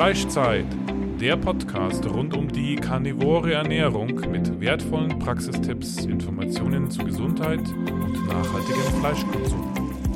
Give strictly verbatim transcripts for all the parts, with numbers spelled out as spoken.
Fleischzeit, der Podcast rund um die karnivore Ernährung mit wertvollen Praxistipps, Informationen zu Gesundheit und nachhaltigem Fleischkonsum.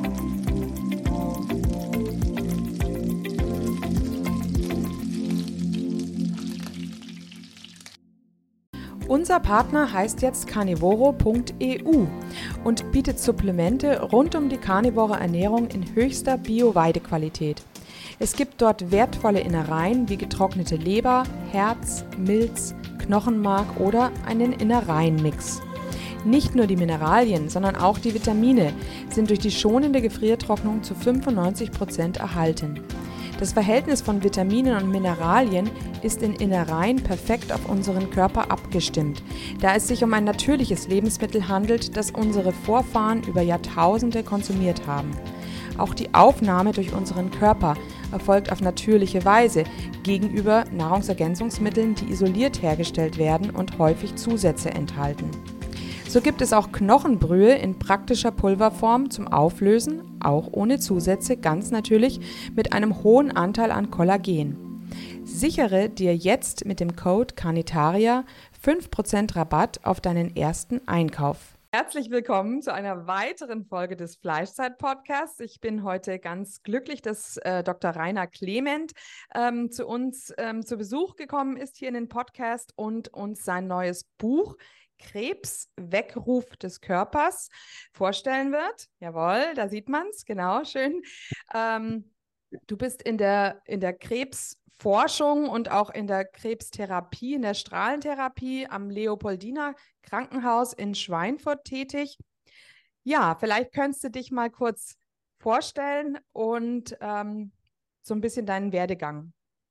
Unser Partner heißt jetzt carnivoro punkt e u und bietet Supplemente rund um die karnivore Ernährung in höchster Bio-Weidequalität. Es gibt dort wertvolle Innereien wie getrocknete Leber, Herz, Milz, Knochenmark oder einen Innereienmix. Nicht nur die Mineralien, sondern auch die Vitamine sind durch die schonende Gefriertrocknung zu fünfundneunzig Prozent erhalten. Das Verhältnis von Vitaminen und Mineralien ist in Innereien perfekt auf unseren Körper abgestimmt, da es sich um ein natürliches Lebensmittel handelt, das unsere Vorfahren über Jahrtausende konsumiert haben. Auch die Aufnahme durch unseren Körper erfolgt auf natürliche Weise gegenüber Nahrungsergänzungsmitteln, die isoliert hergestellt werden und häufig Zusätze enthalten. So gibt es auch Knochenbrühe in praktischer Pulverform zum Auflösen, auch ohne Zusätze, ganz natürlich mit einem hohen Anteil an Kollagen. Sichere dir jetzt mit dem Code Carnitaria fünf Prozent Rabatt auf deinen ersten Einkauf. Herzlich willkommen zu einer weiteren Folge des Fleischzeit-Podcasts. Ich bin heute ganz glücklich, dass äh, Doktor Rainer Clement ähm, zu uns ähm, zu Besuch gekommen ist hier in den Podcast und uns sein neues Buch Krebs, Weckruf des Körpers vorstellen wird. Jawohl, da sieht man es, genau, schön. Ähm, du bist in der, in der Krebsforschung und auch in der Krebstherapie, in der Strahlentherapie am Leopoldiner Krankenhaus in Schweinfurt tätig. Ja, vielleicht könntest du dich mal kurz vorstellen und ähm, so ein bisschen deinen Werdegang.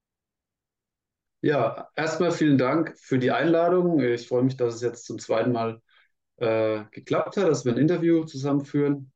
Ja, erstmal vielen Dank für die Einladung. Ich freue mich, dass es jetzt zum zweiten Mal äh, geklappt hat, dass wir ein Interview zusammenführen.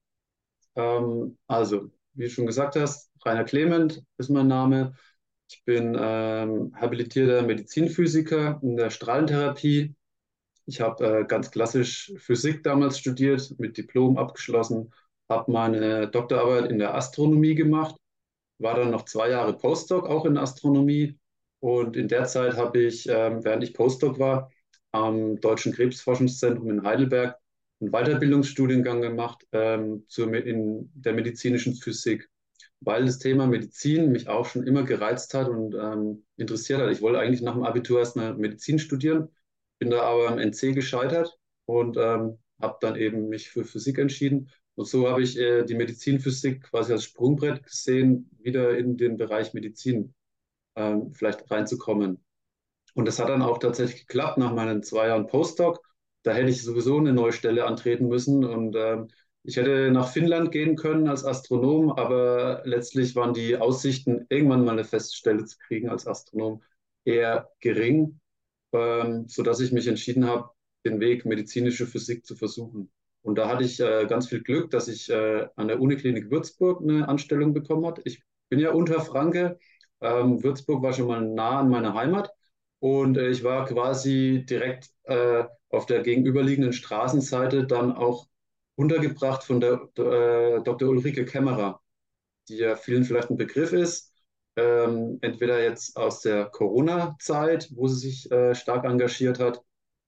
Ähm, also, wie du schon gesagt hast, Rainer Clement ist mein Name. Ich bin ähm, habilitierter Medizinphysiker in der Strahlentherapie. Ich habe äh, ganz klassisch Physik damals studiert, mit Diplom abgeschlossen, habe meine Doktorarbeit in der Astronomie gemacht, war dann noch zwei Jahre Postdoc auch in Astronomie. Und in der Zeit habe ich, ähm, während ich Postdoc war, am Deutschen Krebsforschungszentrum in Heidelberg einen Weiterbildungsstudiengang gemacht ähm, zur, in der medizinischen Physik, weil das Thema Medizin mich auch schon immer gereizt hat und ähm, interessiert hat. Ich wollte eigentlich nach dem Abitur erst mal Medizin studieren, bin da aber am N C gescheitert und ähm, habe dann eben mich für Physik entschieden. Und so habe ich äh, die Medizinphysik quasi als Sprungbrett gesehen, wieder in den Bereich Medizin ähm, vielleicht reinzukommen. Und das hat dann auch tatsächlich geklappt nach meinen zwei Jahren Postdoc. Da hätte ich sowieso eine neue Stelle antreten müssen. Und ähm, ich hätte nach Finnland gehen können als Astronom, aber letztlich waren die Aussichten, irgendwann mal eine Feststelle zu kriegen als Astronom, eher gering, ähm, sodass ich mich entschieden habe, den Weg medizinische Physik zu versuchen. Und da hatte ich äh, ganz viel Glück, dass ich äh, an der Uniklinik Würzburg eine Anstellung bekommen habe. Ich bin ja Unterfranke. Ähm, Würzburg war schon mal nah an meiner Heimat. Und äh, ich war quasi direkt äh, auf der gegenüberliegenden Straßenseite dann auch untergebracht von der äh, Doktor Ulrike Kämmerer, die ja vielen vielleicht ein Begriff ist. Ähm, entweder jetzt aus der Corona-Zeit, wo sie sich äh, stark engagiert hat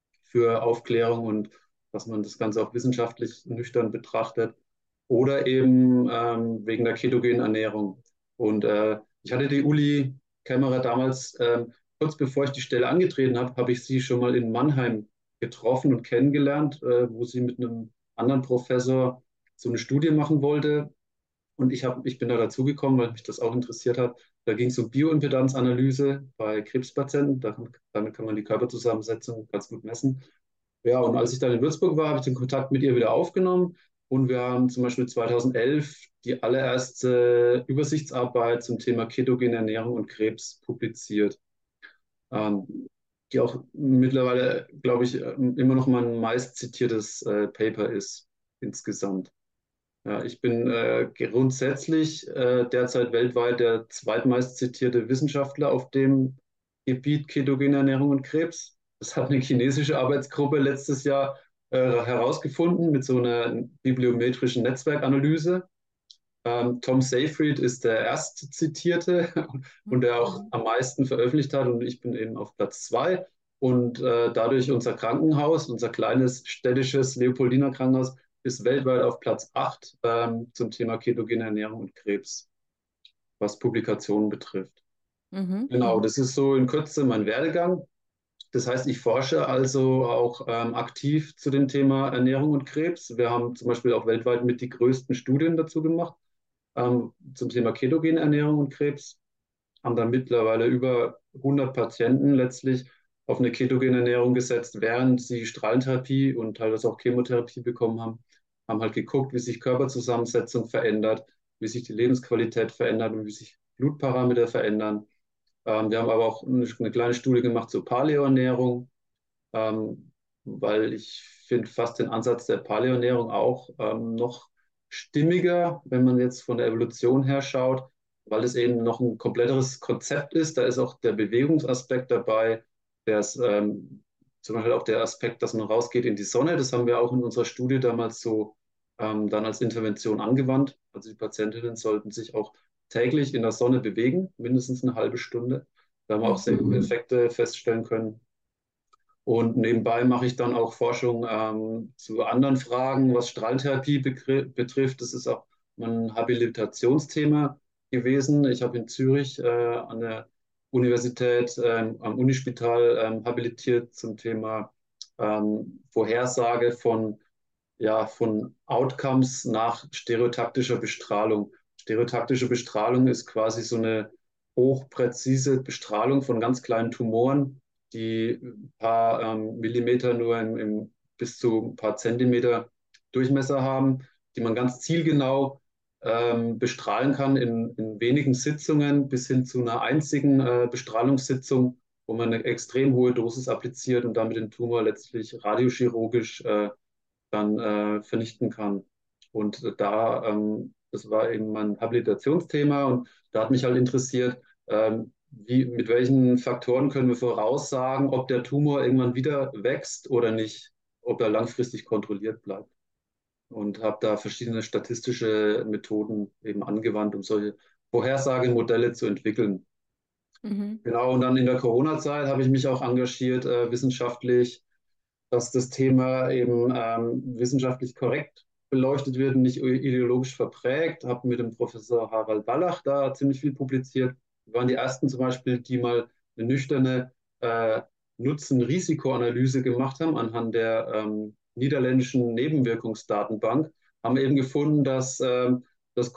für Aufklärung und dass man das Ganze auch wissenschaftlich nüchtern betrachtet, oder eben ähm, wegen der ketogenen Ernährung. Und äh, ich hatte die Uli Kämmerer damals, ähm, kurz bevor ich die Stelle angetreten habe, habe ich sie schon mal in Mannheim getroffen und kennengelernt, äh, wo sie mit einem anderen Professor so eine Studie machen wollte. Und ich, hab, ich bin da dazugekommen, weil mich das auch interessiert hat. Da ging es um Bioimpedanzanalyse bei Krebspatienten. Da, damit kann man die Körperzusammensetzung ganz gut messen. Ja, und als ich dann in Würzburg war, habe ich den Kontakt mit ihr wieder aufgenommen. Und wir haben zum Beispiel zweitausendelf die allererste Übersichtsarbeit zum Thema ketogene Ernährung und Krebs publiziert, ähm, die auch mittlerweile, glaube ich, immer noch mein meist zitiertes äh, Paper ist insgesamt. Ja, ich bin äh, grundsätzlich äh, derzeit weltweit der zweitmeist zitierte Wissenschaftler auf dem Gebiet ketogene Ernährung und Krebs. Das hat eine chinesische Arbeitsgruppe letztes Jahr äh, herausgefunden mit so einer bibliometrischen Netzwerkanalyse. Ähm, Tom Seyfried ist der erstzitierte und der auch am meisten veröffentlicht hat und ich bin eben auf Platz zwei. Und äh, dadurch unser Krankenhaus, unser kleines städtisches Leopoldiner Krankenhaus, ist weltweit auf Platz acht ähm, zum Thema ketogene Ernährung und Krebs, was Publikationen betrifft. Mhm. Genau, Mhm. das ist so in Kürze mein Werdegang. Das heißt, ich forsche also auch ähm, aktiv zu dem Thema Ernährung und Krebs. Wir haben zum Beispiel auch weltweit mit die größten Studien dazu gemacht ähm, zum Thema ketogene Ernährung und Krebs. Haben dann mittlerweile über hundert Patienten letztlich auf eine ketogene Ernährung gesetzt, während sie Strahlentherapie und teilweise auch Chemotherapie bekommen haben. Haben halt geguckt, wie sich Körperzusammensetzung verändert, wie sich die Lebensqualität verändert und wie sich Blutparameter verändern. Ähm, wir haben aber auch eine, eine kleine Studie gemacht zur Paleoernährung, ähm, weil ich finde fast den Ansatz der Paleoernährung auch ähm, noch stimmiger, wenn man jetzt von der Evolution her schaut, weil es eben noch ein kompletteres Konzept ist. Da ist auch der Bewegungsaspekt dabei, der ist ähm, zum Beispiel auch der Aspekt, dass man rausgeht in die Sonne. Das haben wir auch in unserer Studie damals so ähm, dann als Intervention angewandt. Also die Patientinnen sollten sich auch täglich in der Sonne bewegen, mindestens eine halbe Stunde. Da haben wir auch sehr gute Mhm. Effekte feststellen können. Und nebenbei mache ich dann auch Forschung ähm, zu anderen Fragen, was Strahlentherapie betrifft. Das ist auch mein Habilitationsthema gewesen. Ich habe in Zürich äh, an der Universität, ähm, am Unispital ähm, habilitiert zum Thema ähm, Vorhersage von, ja, von Outcomes nach stereotaktischer Bestrahlung. Stereotaktische Bestrahlung ist quasi so eine hochpräzise Bestrahlung von ganz kleinen Tumoren, die ein paar ähm, Millimeter nur im, im, bis zu ein paar Zentimeter Durchmesser haben, die man ganz zielgenau ähm, bestrahlen kann in, in wenigen Sitzungen bis hin zu einer einzigen äh, Bestrahlungssitzung, wo man eine extrem hohe Dosis appliziert und damit den Tumor letztlich radiochirurgisch äh, dann äh, vernichten kann. Und äh, da, ähm, das war eben mein Habilitationsthema und da hat mich halt interessiert, ähm, wie, mit welchen Faktoren können wir voraussagen, ob der Tumor irgendwann wieder wächst oder nicht, ob er langfristig kontrolliert bleibt. Und habe da verschiedene statistische Methoden eben angewandt, um solche Vorhersagemodelle zu entwickeln. Mhm. Genau, und dann in der Corona-Zeit habe ich mich auch engagiert, äh, wissenschaftlich, dass das Thema eben ähm, wissenschaftlich korrekt beleuchtet wird und nicht ideologisch verprägt. Habe mit dem Professor Harald Ballach da ziemlich viel publiziert. Wir waren die ersten zum Beispiel, die mal eine nüchterne äh, Nutzen-Risiko-Analyse gemacht haben anhand der ähm, niederländischen Nebenwirkungsdatenbank. Haben eben gefunden, dass ähm, das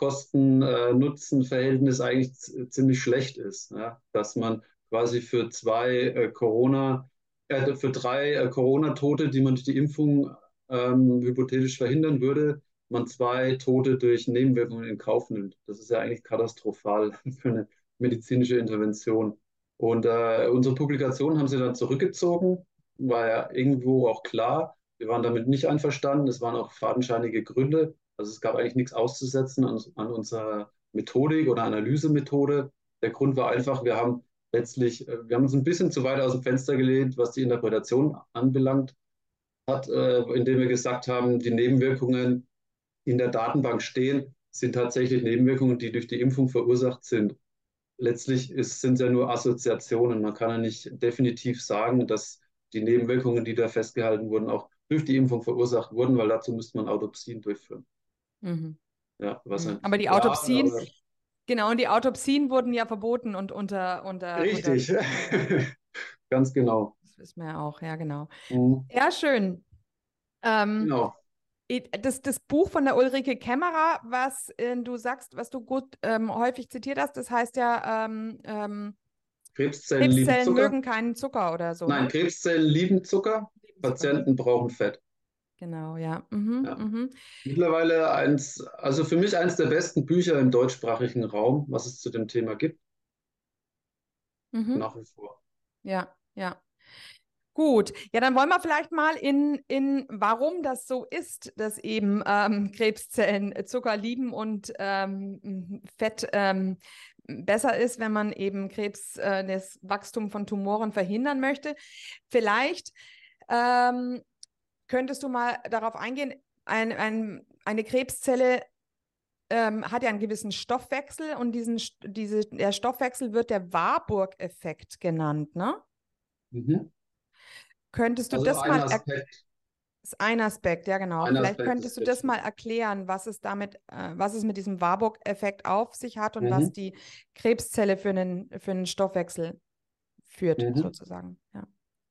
Kosten-Nutzen-Verhältnis eigentlich ziemlich schlecht ist. Ja? Dass man quasi für zwei äh, Corona äh, für drei äh, Corona-Tote, die man durch die Impfung ähm, hypothetisch verhindern würde, man zwei Tote durch Nebenwirkungen in Kauf nimmt. Das ist ja eigentlich katastrophal für eine medizinische Intervention. Und äh, unsere Publikationen haben sie dann zurückgezogen, war ja irgendwo auch klar. Wir waren damit nicht einverstanden. Es waren auch fadenscheinige Gründe. Also es gab eigentlich nichts auszusetzen an, an unserer Methodik oder Analysemethode. Der Grund war einfach, wir haben letztlich, äh, wir haben uns ein bisschen zu weit aus dem Fenster gelehnt, was die Interpretation anbelangt hat, äh, indem wir gesagt haben, die Nebenwirkungen in der Datenbank stehen, sind tatsächlich Nebenwirkungen, die durch die Impfung verursacht sind. Letztlich ist, sind es ja nur Assoziationen. Man kann ja nicht definitiv sagen, dass die Nebenwirkungen, die da festgehalten wurden, auch durch die Impfung verursacht wurden, weil dazu müsste man Autopsien durchführen. Mhm. Ja, was Mhm. ein Aber die klar, Autopsien, aber genau, und die Autopsien wurden ja verboten und unter, unter, unter, richtig, ganz genau. das wissen wir ja auch, ja, genau. Mhm. Ja, schön. Ähm, Genau. das, das Buch von der Ulrike Kämmerer, was äh, du sagst, was du gut ähm, häufig zitiert hast, das heißt ja, ähm, ähm, Krebszellen lieben Krebszellen Zucker. mögen keinen Zucker oder so, Nein, ne? Krebszellen lieben Zucker. Lieben Zucker. Patienten brauchen Fett. Genau, ja. Mhm, Ja. mhm, Mittlerweile eins, also für mich eines der besten Bücher im deutschsprachigen Raum, was es zu dem Thema gibt, mhm. nach wie vor. Ja, ja. Gut, ja, dann wollen wir vielleicht mal in, in warum das so ist, dass eben ähm, Krebszellen Zucker lieben und ähm, Fett ähm, besser ist, wenn man eben Krebs, äh, das Wachstum von Tumoren verhindern möchte. Vielleicht ähm, könntest du mal darauf eingehen, ein, ein, eine Krebszelle ähm, hat ja einen gewissen Stoffwechsel und diesen, diese, der Stoffwechsel wird der Warburg-Effekt genannt, ne? Mhm. Könntest du Also das ein mal erklären? Aspekt, Ist ein Aspekt, ja genau. ein Vielleicht Aspekt könntest des du das mal Krebses. erklären, was es damit, äh, was es mit diesem Warburg-Effekt auf sich hat und was Mhm. die Krebszelle für einen, für einen Stoffwechsel führt, Mhm. sozusagen. Ja.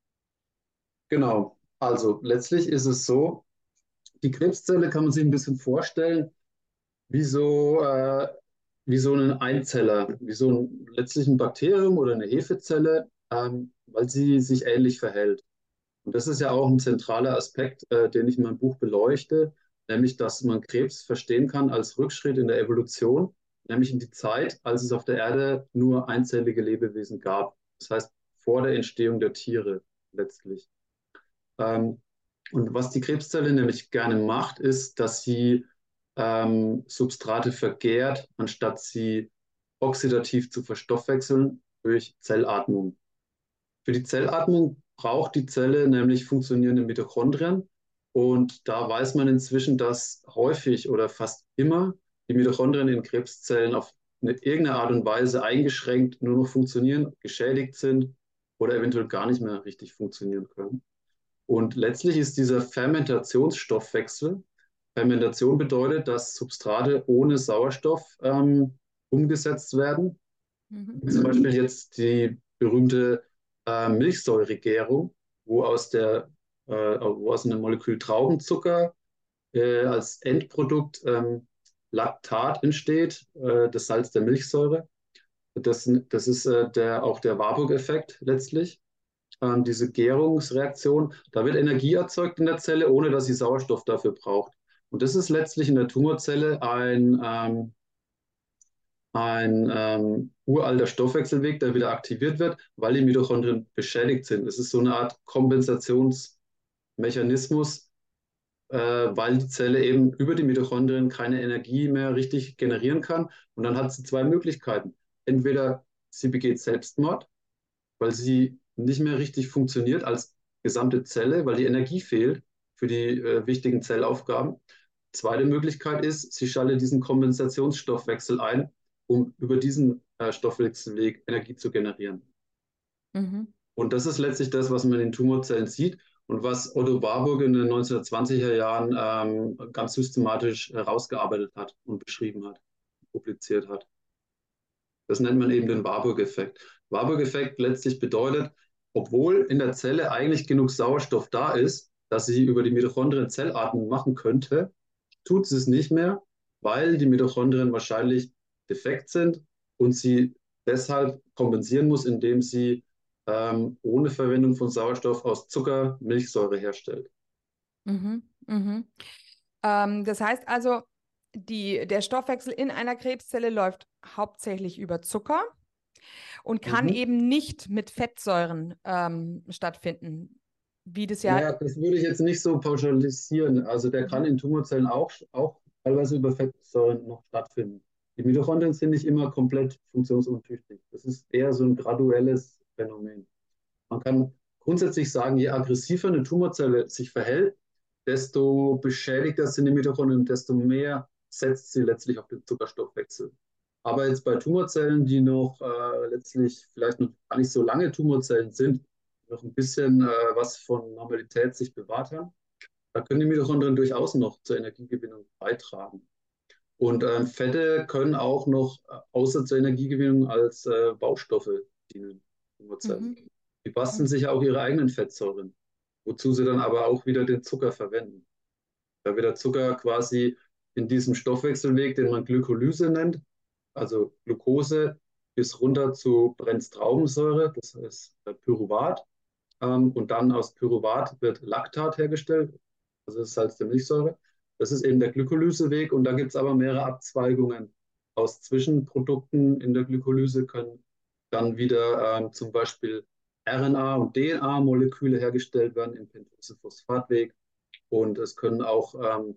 Genau. Also letztlich ist es so, die Krebszelle kann man sich ein bisschen vorstellen, wie so, äh, wie so ein Einzeller, wie so ein, letztlich ein Bakterium oder eine Hefezelle, ähm, weil sie sich ähnlich verhält. Und das ist ja auch ein zentraler Aspekt, äh, den ich in meinem Buch beleuchte, nämlich, dass man Krebs verstehen kann als Rückschritt in der Evolution, nämlich in die Zeit, als es auf der Erde nur einzellige Lebewesen gab. Das heißt, vor der Entstehung der Tiere letztlich. Ähm, und was die Krebszelle nämlich gerne macht, ist, dass sie ähm, Substrate vergärt, anstatt sie oxidativ zu verstoffwechseln durch Zellatmung. Für die Zellatmung braucht die Zelle nämlich funktionierende Mitochondrien. Und da weiß man inzwischen, dass häufig oder fast immer die Mitochondrien in Krebszellen auf eine, irgendeine Art und Weise eingeschränkt nur noch funktionieren, geschädigt sind oder eventuell gar nicht mehr richtig funktionieren können. Und letztlich ist dieser Fermentationsstoffwechsel, Fermentation bedeutet, dass Substrate ohne Sauerstoff ähm, umgesetzt werden. Mhm. Zum Beispiel jetzt die berühmte äh, Milchsäuregärung, wo aus, der, äh, wo aus einem Molekül Traubenzucker äh, als Endprodukt ähm, Lactat entsteht, äh, das Salz der Milchsäure. Das, das ist äh, der, auch der Warburg-Effekt letztlich, ähm, diese Gärungsreaktion. Da wird Energie erzeugt in der Zelle, ohne dass sie Sauerstoff dafür braucht. Und das ist letztlich in der Tumorzelle ein, ähm, ein ähm, uralter Stoffwechselweg, der wieder aktiviert wird, weil die Mitochondrien beschädigt sind. Es ist so eine Art Kompensationsmechanismus, äh, weil die Zelle eben über die Mitochondrien keine Energie mehr richtig generieren kann. Und dann hat sie zwei Möglichkeiten. Entweder sie begeht Selbstmord, weil sie nicht mehr richtig funktioniert als gesamte Zelle, weil die Energie fehlt für die äh, wichtigen Zellaufgaben. Zweite Möglichkeit ist, sie schaltet diesen Kompensationsstoffwechsel ein, um über diesen äh, Stoffwechselweg Energie zu generieren. Mhm. Und das ist letztlich das, was man in den Tumorzellen sieht und was Otto Warburg in den neunzehnhundertzwanziger Jahren ähm, ganz systematisch herausgearbeitet hat und beschrieben hat, publiziert hat. Das nennt man eben den Warburg-Effekt. Warburg-Effekt letztlich bedeutet, obwohl in der Zelle eigentlich genug Sauerstoff da ist, dass sie über die Mitochondrien Zellatmung machen könnte, tut sie es nicht mehr, weil die Mitochondrien wahrscheinlich defekt sind und sie deshalb kompensieren muss, indem sie ähm, ohne Verwendung von Sauerstoff aus Zucker Milchsäure herstellt. Mhm. Mhm. Ähm, das heißt also, die, der Stoffwechsel in einer Krebszelle läuft hauptsächlich über Zucker und kann Mhm. eben nicht mit Fettsäuren ähm, stattfinden, wie das ja. Naja, das würde ich jetzt nicht so pauschalisieren. Also der kann Mhm. in Tumorzellen auch, auch teilweise über Fettsäuren noch stattfinden. Die Mitochondrien sind nicht immer komplett funktionsuntüchtig. Das ist eher so ein graduelles Phänomen. Man kann grundsätzlich sagen, je aggressiver eine Tumorzelle sich verhält, desto beschädigter sind die Mitochondrien, desto mehr setzt sie letztlich auf den Zuckerstoffwechsel. Aber jetzt bei Tumorzellen, die noch äh, letztlich vielleicht noch gar nicht so lange Tumorzellen sind, noch ein bisschen äh, was von Normalität sich bewahrt haben, da können die Mitochondrien durchaus noch zur Energiegewinnung beitragen. Und ähm, Fette können auch noch äh, außer zur Energiegewinnung als äh, Baustoffe dienen, Tumorzellen. Mhm. Die basteln sich auch ihre eigenen Fettsäuren, wozu sie dann aber auch wieder den Zucker verwenden. Da wird der Zucker quasi in diesem Stoffwechselweg, den man Glykolyse nennt, also Glucose bis runter zu Brennstraubensäure, das heißt äh, Pyruvat. Ähm, und dann aus Pyruvat wird Lactat hergestellt, also das Salz der Milchsäure. Das ist eben der Glykolyseweg und da gibt es aber mehrere Abzweigungen. Aus Zwischenprodukten in der Glykolyse können dann wieder ähm, zum Beispiel R N A- und D N A-Moleküle hergestellt werden im Pentose-Phosphatweg und es können auch ähm,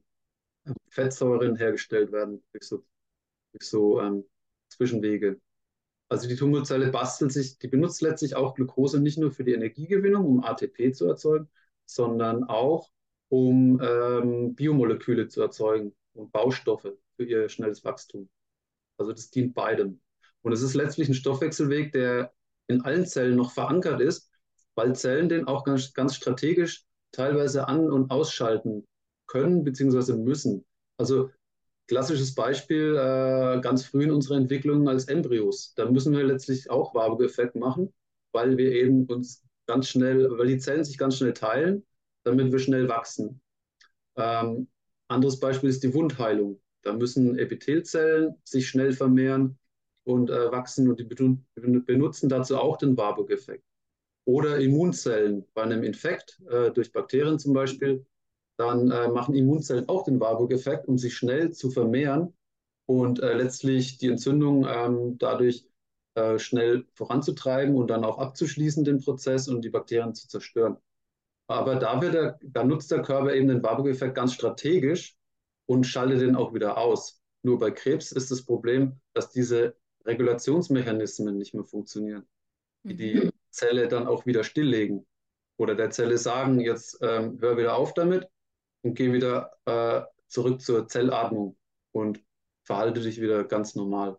Fettsäuren hergestellt werden durch so, durch so ähm, Zwischenwege. Also die Tumorzelle bastelt sich, die benutzt letztlich auch Glucose nicht nur für die Energiegewinnung, um A T P zu erzeugen, sondern auch um ähm, Biomoleküle zu erzeugen und Baustoffe für ihr schnelles Wachstum. Also das dient beidem. Und es ist letztlich ein Stoffwechselweg, der in allen Zellen noch verankert ist, weil Zellen den auch ganz, ganz strategisch teilweise an- und ausschalten können bzw. müssen. Also klassisches Beispiel, äh, ganz früh in unserer Entwicklung als Embryos. Da müssen wir letztlich auch Warburg-Effekt machen, weil wir eben uns ganz schnell, weil die Zellen sich ganz schnell teilen, damit wir schnell wachsen. Ähm, anderes Beispiel ist die Wundheilung. Da müssen Epithelzellen sich schnell vermehren und äh, wachsen und die benutzen dazu auch den Warburg-Effekt. Oder Immunzellen bei einem Infekt äh, durch Bakterien zum Beispiel, dann äh, machen Immunzellen auch den Warburg-Effekt, um sich schnell zu vermehren und äh, letztlich die Entzündung ähm, dadurch äh, schnell voranzutreiben und dann auch abzuschließen, den Prozess und die Bakterien zu zerstören. Aber da, wird der, da nutzt der Körper eben den Warburg-Effekt ganz strategisch und schaltet den auch wieder aus. Nur bei Krebs ist das Problem, dass diese Regulationsmechanismen nicht mehr funktionieren, die Mhm. die Zelle dann auch wieder stilllegen. Oder der Zelle sagen, jetzt ähm, hör wieder auf damit und geh wieder äh, zurück zur Zellatmung und verhalte dich wieder ganz normal.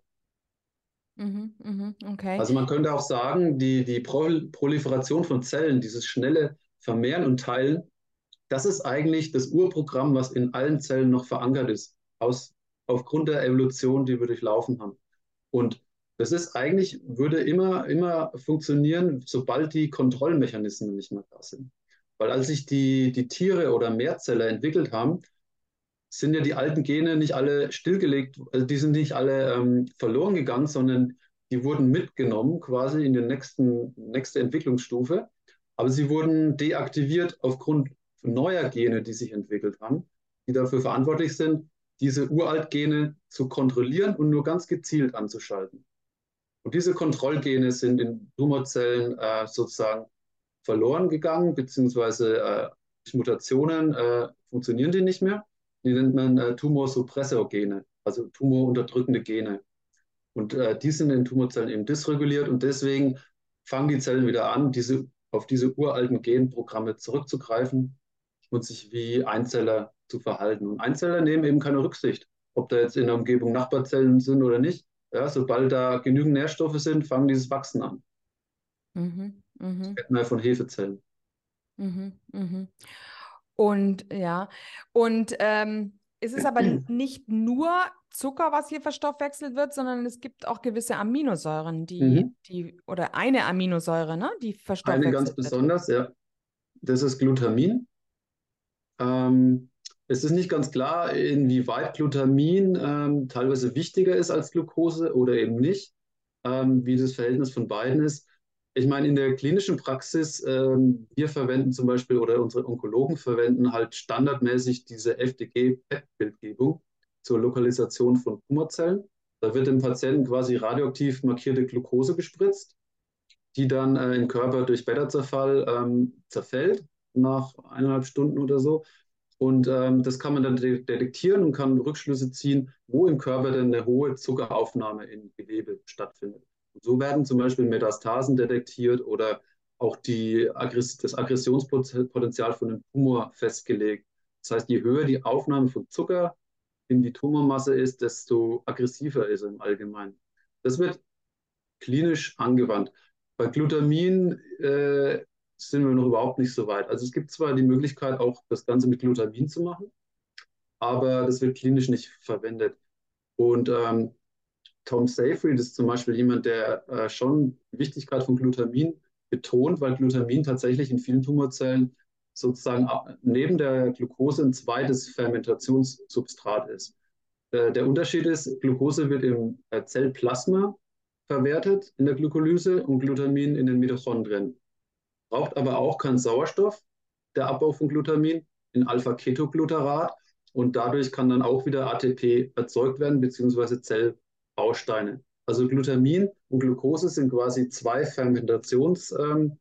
Mhm. Mhm. Okay. Also man könnte auch sagen, die, die Prol Proliferation von Zellen, dieses schnelle Vermehren und Teilen, das ist eigentlich das Urprogramm, was in allen Zellen noch verankert ist, aus, aufgrund der Evolution, die wir durchlaufen haben. Und das ist eigentlich, würde immer, immer funktionieren, sobald die Kontrollmechanismen nicht mehr da sind. Weil als sich die, die Tiere oder Mehrzeller entwickelt haben, sind ja die alten Gene nicht alle stillgelegt, also die sind nicht alle ähm, verloren gegangen, sondern die wurden mitgenommen quasi in die nächsten, nächste Entwicklungsstufe. Aber sie wurden deaktiviert aufgrund neuer Gene, die sich entwickelt haben, die dafür verantwortlich sind, diese Uralt-Gene zu kontrollieren und nur ganz gezielt anzuschalten. Und diese Kontrollgene sind in Tumorzellen äh, sozusagen verloren gegangen, beziehungsweise äh, durch Mutationen äh, funktionieren die nicht mehr. Die nennt man äh, Tumorsuppressorgene, also tumorunterdrückende Gene. Und äh, die sind in Tumorzellen eben dysreguliert und deswegen fangen die Zellen wieder an, diese, auf diese uralten Genprogramme zurückzugreifen und sich wie Einzeller zu verhalten. Und Einzeller nehmen eben keine Rücksicht, ob da jetzt in der Umgebung Nachbarzellen sind oder nicht. Ja, sobald da genügend Nährstoffe sind, fangen dieses Wachsen an. Mhm. Das Mhm. kennt man ja von Hefezellen. Mhm. Mhm. Und ja, und ähm, es ist aber n- nicht nur Zucker, was hier verstoffwechselt wird, sondern es gibt auch gewisse Aminosäuren, die, Mhm. die, oder eine Aminosäure, ne, die Eine ganz verstoffwechselt wird. besonders, ja, das ist Glutamin. Ähm, es ist nicht ganz klar, inwieweit Glutamin ähm, teilweise wichtiger ist als Glucose oder eben nicht, ähm, wie das Verhältnis von beiden ist. Ich meine, in der klinischen Praxis, ähm, wir verwenden zum Beispiel oder unsere Onkologen verwenden halt standardmäßig diese F D G-P E T-Bildgebung zur Lokalisation von Tumorzellen. Da wird dem Patienten quasi radioaktiv markierte Glucose gespritzt, die dann äh, im Körper durch Beta-Zerfall ähm, zerfällt nach eineinhalb Stunden oder so. Und ähm, das kann man dann de detektieren und kann Rückschlüsse ziehen, wo im Körper denn eine hohe Zuckeraufnahme in Gewebe stattfindet. Und so werden zum Beispiel Metastasen detektiert oder auch die Aggress das Aggressionspotenzial von einem Tumor festgelegt. Das heißt, je höher die Aufnahme von Zucker in die Tumormasse ist, desto aggressiver ist er im Allgemeinen. Das wird klinisch angewandt. Bei Glutamin äh, sind wir noch überhaupt nicht so weit. Also es gibt zwar die Möglichkeit, auch das Ganze mit Glutamin zu machen, aber das wird klinisch nicht verwendet. Und ähm, Tom Seyfried ist zum Beispiel jemand, der äh, schon die Wichtigkeit von Glutamin betont, weil Glutamin tatsächlich in vielen Tumorzellen sozusagen neben der Glucose ein zweites Fermentationssubstrat ist. Äh, der Unterschied ist, Glucose wird im äh, Zellplasma verwertet in der Glykolyse und Glutamin in den Mitochondrien. Braucht aber auch keinen Sauerstoff, der Abbau von Glutamin, in Alpha-Ketoglutarrat und dadurch kann dann auch wieder A T P erzeugt werden, beziehungsweise Zellbausteine. Also Glutamin und Glucose sind quasi zwei Fermentationsprodukte,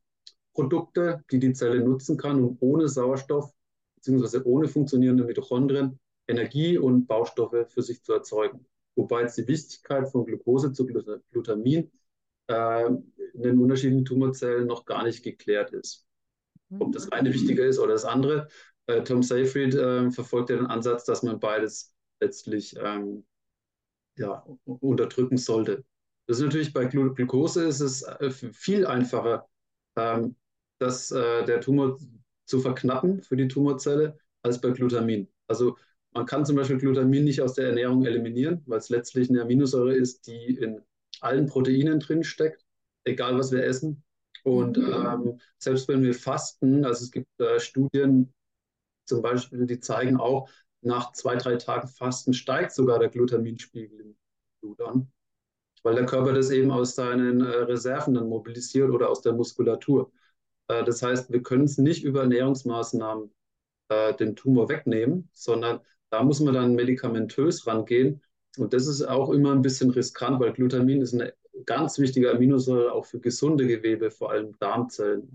ähm, die die Zelle nutzen kann, um ohne Sauerstoff beziehungsweise ohne funktionierende Mitochondrien Energie und Baustoffe für sich zu erzeugen. Wobei jetzt die Wichtigkeit von Glucose zu Glutamin äh, in den unterschiedlichen Tumorzellen noch gar nicht geklärt ist. Ob das eine wichtiger ist oder das andere. Äh, Tom Seyfried äh, verfolgt ja den Ansatz, dass man beides letztlich ähm, ja, unterdrücken sollte. Das ist natürlich bei Glu Glucose ist es äh, viel einfacher, ähm, das, äh, der Tumor zu verknappen für die Tumorzelle als bei Glutamin. Also man kann zum Beispiel Glutamin nicht aus der Ernährung eliminieren, weil es letztlich eine Aminosäure ist, die in allen Proteinen drin steckt, egal was wir essen. Und Mhm. ähm, selbst wenn wir fasten, also es gibt äh, Studien zum Beispiel, die zeigen auch, nach zwei, drei Tagen Fasten steigt sogar der Glutaminspiegel im Blut an, weil der Körper das eben aus seinen äh, Reserven dann mobilisiert oder aus der Muskulatur. Äh, das heißt, wir können es nicht über Ernährungsmaßnahmen äh, den Tumor wegnehmen, sondern da muss man dann medikamentös rangehen. Und das ist auch immer ein bisschen riskant, weil Glutamin ist eine ganz wichtige Aminosäure auch für gesunde Gewebe, vor allem Darmzellen.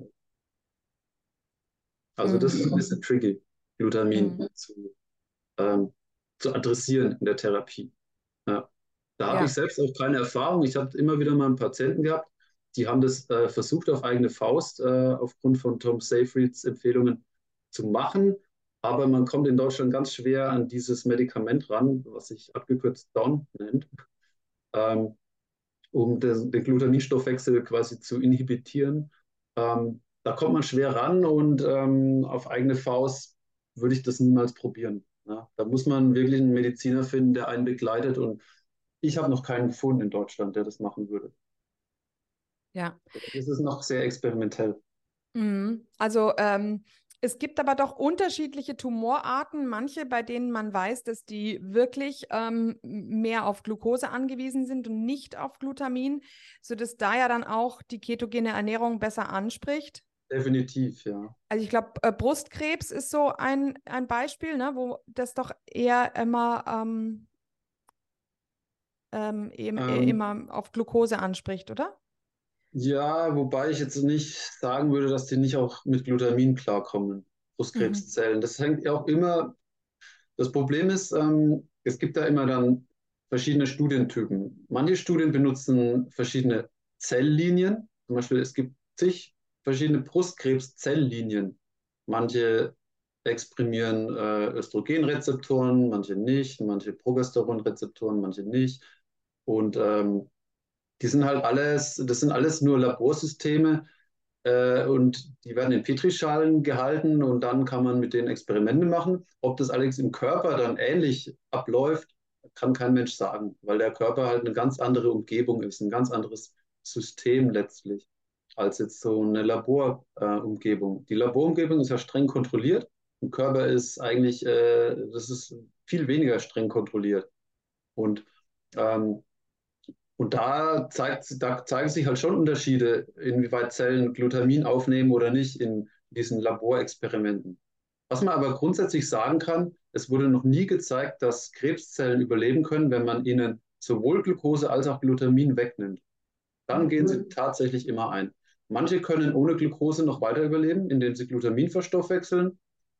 Also das ist ein Mhm. bisschen tricky, Glutamin Mhm. zu, ähm, zu adressieren in der Therapie. Ja. Da habe ich Ja. selbst auch keine Erfahrung. Ich habe immer wieder mal einen Patienten gehabt, die haben das äh, versucht auf eigene Faust äh, aufgrund von Tom Seyfrieds Empfehlungen zu machen. Aber man kommt in Deutschland ganz schwer an dieses Medikament ran, was sich abgekürzt D O N nennt, ähm, um den, den Glutaminstoffwechsel quasi zu inhibitieren. Ähm, da kommt man schwer ran und ähm, auf eigene Faust würde ich das niemals probieren. Ja, da muss man wirklich einen Mediziner finden, der einen begleitet. Und ich habe noch keinen gefunden in Deutschland, der das machen würde. Ja. Das ist noch sehr experimentell. Mhm. Also ähm, es gibt aber doch unterschiedliche Tumorarten, manche, bei denen man weiß, dass die wirklich ähm, mehr auf Glucose angewiesen sind und nicht auf Glutamin, sodass da ja dann auch die ketogene Ernährung besser anspricht. Definitiv, ja. Also ich glaube, äh, Brustkrebs ist so ein, ein Beispiel, ne, wo das doch eher immer, ähm, ähm, eben, äh, Ähm, immer auf Glucose anspricht, oder? ja, wobei ich jetzt nicht sagen würde, dass die nicht auch mit Glutamin klarkommen, Mhm. Brustkrebszellen. Das hängt ja auch immer, das Problem ist, ähm, es gibt da immer dann verschiedene Studientypen. Manche Studien benutzen verschiedene Zelllinien. Zum Beispiel, es gibt zig verschiedene Brustkrebszelllinien. Manche exprimieren äh, Östrogenrezeptoren, manche nicht, manche Progesteronrezeptoren, manche nicht. Und ähm, die sind halt alles, das sind alles nur Laborsysteme äh, und die werden in Petrischalen gehalten und dann kann man mit denen Experimente machen. Ob das allerdings im Körper dann ähnlich abläuft, kann kein Mensch sagen, weil der Körper halt eine ganz andere Umgebung ist, ein ganz anderes System letztlich als jetzt so eine Laborumgebung. Äh, die Laborumgebung ist ja streng kontrolliert. Im Körper ist eigentlich, äh, das ist viel weniger streng kontrolliert. Und ähm, und da, zeigt, da zeigen sich halt schon Unterschiede, inwieweit Zellen Glutamin aufnehmen oder nicht in diesen Laborexperimenten. Was man aber grundsätzlich sagen kann, es wurde noch nie gezeigt, dass Krebszellen überleben können, wenn man ihnen sowohl Glucose als auch Glutamin wegnimmt. Dann gehen sie tatsächlich immer ein. Manche können ohne Glucose noch weiter überleben, indem sie Glutamin verstoffwechseln.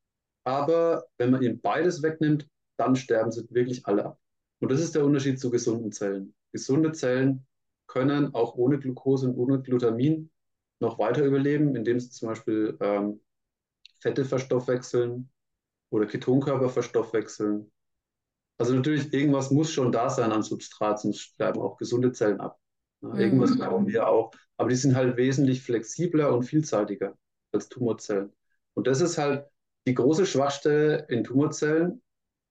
Aber wenn man ihnen beides wegnimmt, dann sterben sie wirklich alle ab. Und das ist der Unterschied zu gesunden Zellen. Gesunde Zellen können auch ohne Glucose und ohne Glutamin noch weiter überleben, indem sie zum Beispiel ähm, Fette verstoffwechseln oder Ketonkörper verstoffwechseln. Also natürlich, irgendwas muss schon da sein an Substrat, sonst sterben auch gesunde Zellen ab. Ja, irgendwas Mhm. brauchen wir auch. Aber die sind halt wesentlich flexibler und vielseitiger als Tumorzellen. Und das ist halt die große Schwachstelle in Tumorzellen,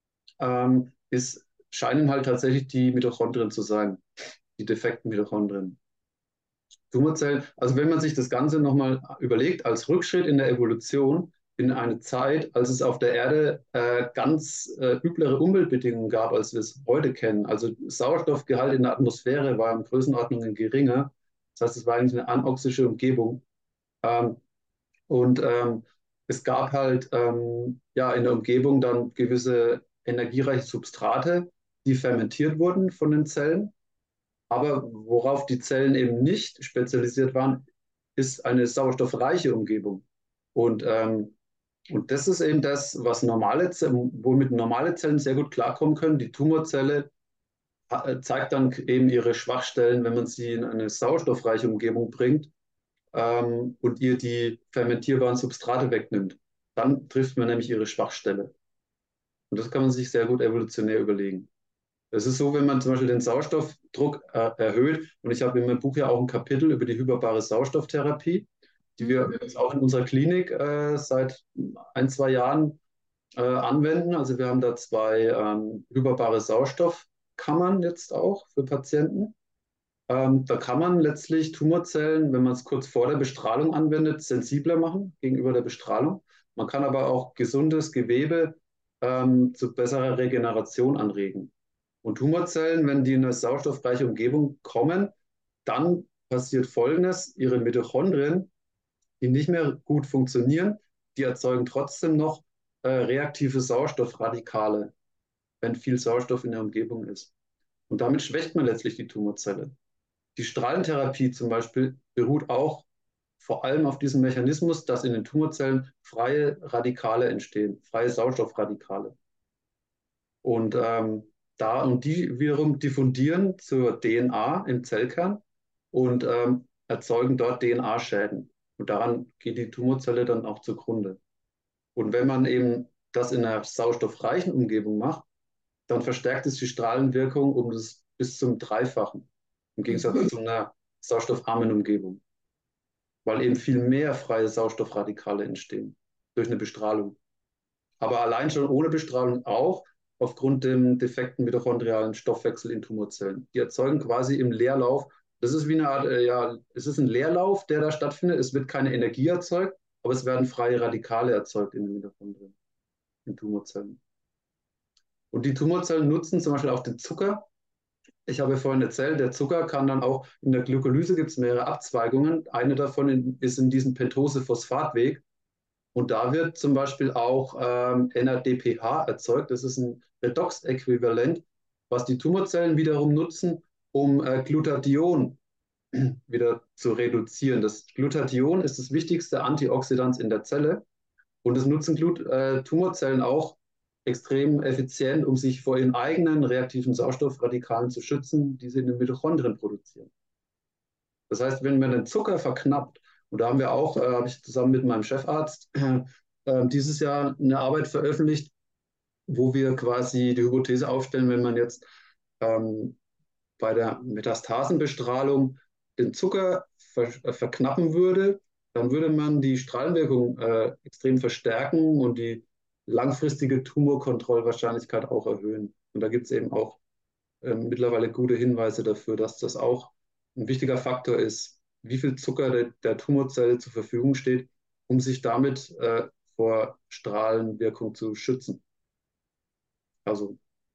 ähm, ist, scheinen halt tatsächlich die Mitochondrien zu sein, die defekten Mitochondrien. Tumorzellen, also wenn man sich das Ganze nochmal überlegt, als Rückschritt in der Evolution in eine Zeit, als es auf der Erde äh, ganz äh, üblere Umweltbedingungen gab, als wir es heute kennen. Also Sauerstoffgehalt in der Atmosphäre war in Größenordnungen geringer. Das heißt, es war eigentlich eine anoxische Umgebung. Ähm, und ähm, es gab halt ähm, ja in der Umgebung dann gewisse energiereiche Substrate, die fermentiert wurden von den Zellen. Aber worauf die Zellen eben nicht spezialisiert waren, ist eine sauerstoffreiche Umgebung. Und, ähm, und das ist eben das, was normale Zellen, womit normale Zellen sehr gut klarkommen können. Die Tumorzelle äh, zeigt dann eben ihre Schwachstellen, wenn man sie in eine sauerstoffreiche Umgebung bringt ähm, und ihr die fermentierbaren Substrate wegnimmt. Dann trifft man nämlich ihre Schwachstelle. Und das kann man sich sehr gut evolutionär überlegen. Es ist so, wenn man zum Beispiel den Sauerstoffdruck äh, erhöht, und ich habe in meinem Buch ja auch ein Kapitel über die hyperbare Sauerstofftherapie, die wir Mhm. jetzt auch in unserer Klinik äh, seit ein, zwei Jahren äh, anwenden. Also wir haben da zwei ähm, hyperbare Sauerstoffkammern jetzt auch für Patienten. Ähm, da kann man letztlich Tumorzellen, wenn man es kurz vor der Bestrahlung anwendet, sensibler machen gegenüber der Bestrahlung. Man kann aber auch gesundes Gewebe ähm, zu besserer Regeneration anregen. Und Tumorzellen, wenn die in eine sauerstoffreiche Umgebung kommen, dann passiert Folgendes: Ihre Mitochondrien, die nicht mehr gut funktionieren, die erzeugen trotzdem noch äh, reaktive Sauerstoffradikale, wenn viel Sauerstoff in der Umgebung ist. Und damit schwächt man letztlich die Tumorzelle. Die Strahlentherapie zum Beispiel beruht auch vor allem auf diesem Mechanismus, dass in den Tumorzellen freie Radikale entstehen, freie Sauerstoffradikale. Und ähm, da und die wiederum diffundieren zur D N A im Zellkern und ähm, erzeugen dort D N A-Schäden. Und daran geht die Tumorzelle dann auch zugrunde. Und wenn man eben das in einer sauerstoffreichen Umgebung macht, dann verstärkt es die Strahlenwirkung um das bis zum Dreifachen, im Gegensatz Mhm. zu einer sauerstoffarmen Umgebung, weil eben viel mehr freie Sauerstoffradikale entstehen durch eine Bestrahlung. Aber allein schon ohne Bestrahlung auch aufgrund dem defekten mitochondrialen Stoffwechsel in Tumorzellen. Die erzeugen quasi im Leerlauf, das ist wie eine Art, äh, ja, es ist ein Leerlauf, der da stattfindet. Es wird keine Energie erzeugt, aber es werden freie Radikale erzeugt in den Mitochondrien, in Tumorzellen. Und die Tumorzellen nutzen zum Beispiel auch den Zucker. Ich habe vorhin erzählt, der Zucker kann dann auch, in der Glykolyse gibt es mehrere Abzweigungen. Eine davon in, ist in diesem Pentose-Phosphatweg. Und da wird zum Beispiel auch ähm, N A D P H erzeugt. Das ist ein Redox-Äquivalent, was die Tumorzellen wiederum nutzen, um äh, Glutathion wieder zu reduzieren. Das Glutathion ist das wichtigste Antioxidant in der Zelle. Und das nutzen Glut äh, Tumorzellen auch extrem effizient, um sich vor ihren eigenen reaktiven Sauerstoffradikalen zu schützen, die sie in den Mitochondrien produzieren. Das heißt, wenn man den Zucker verknappt, und da haben wir auch, äh, habe ich zusammen mit meinem Chefarzt äh, äh, dieses Jahr eine Arbeit veröffentlicht, wo wir quasi die Hypothese aufstellen, wenn man jetzt ähm, bei der Metastasenbestrahlung den Zucker ver äh, verknappen würde, dann würde man die Strahlenwirkung äh, extrem verstärken und die langfristige Tumorkontrollwahrscheinlichkeit auch erhöhen. Und da gibt es eben auch äh, mittlerweile gute Hinweise dafür, dass das auch ein wichtiger Faktor ist, wie viel Zucker der, der Tumorzelle zur Verfügung steht, um sich damit äh, vor Strahlenwirkung zu schützen. Also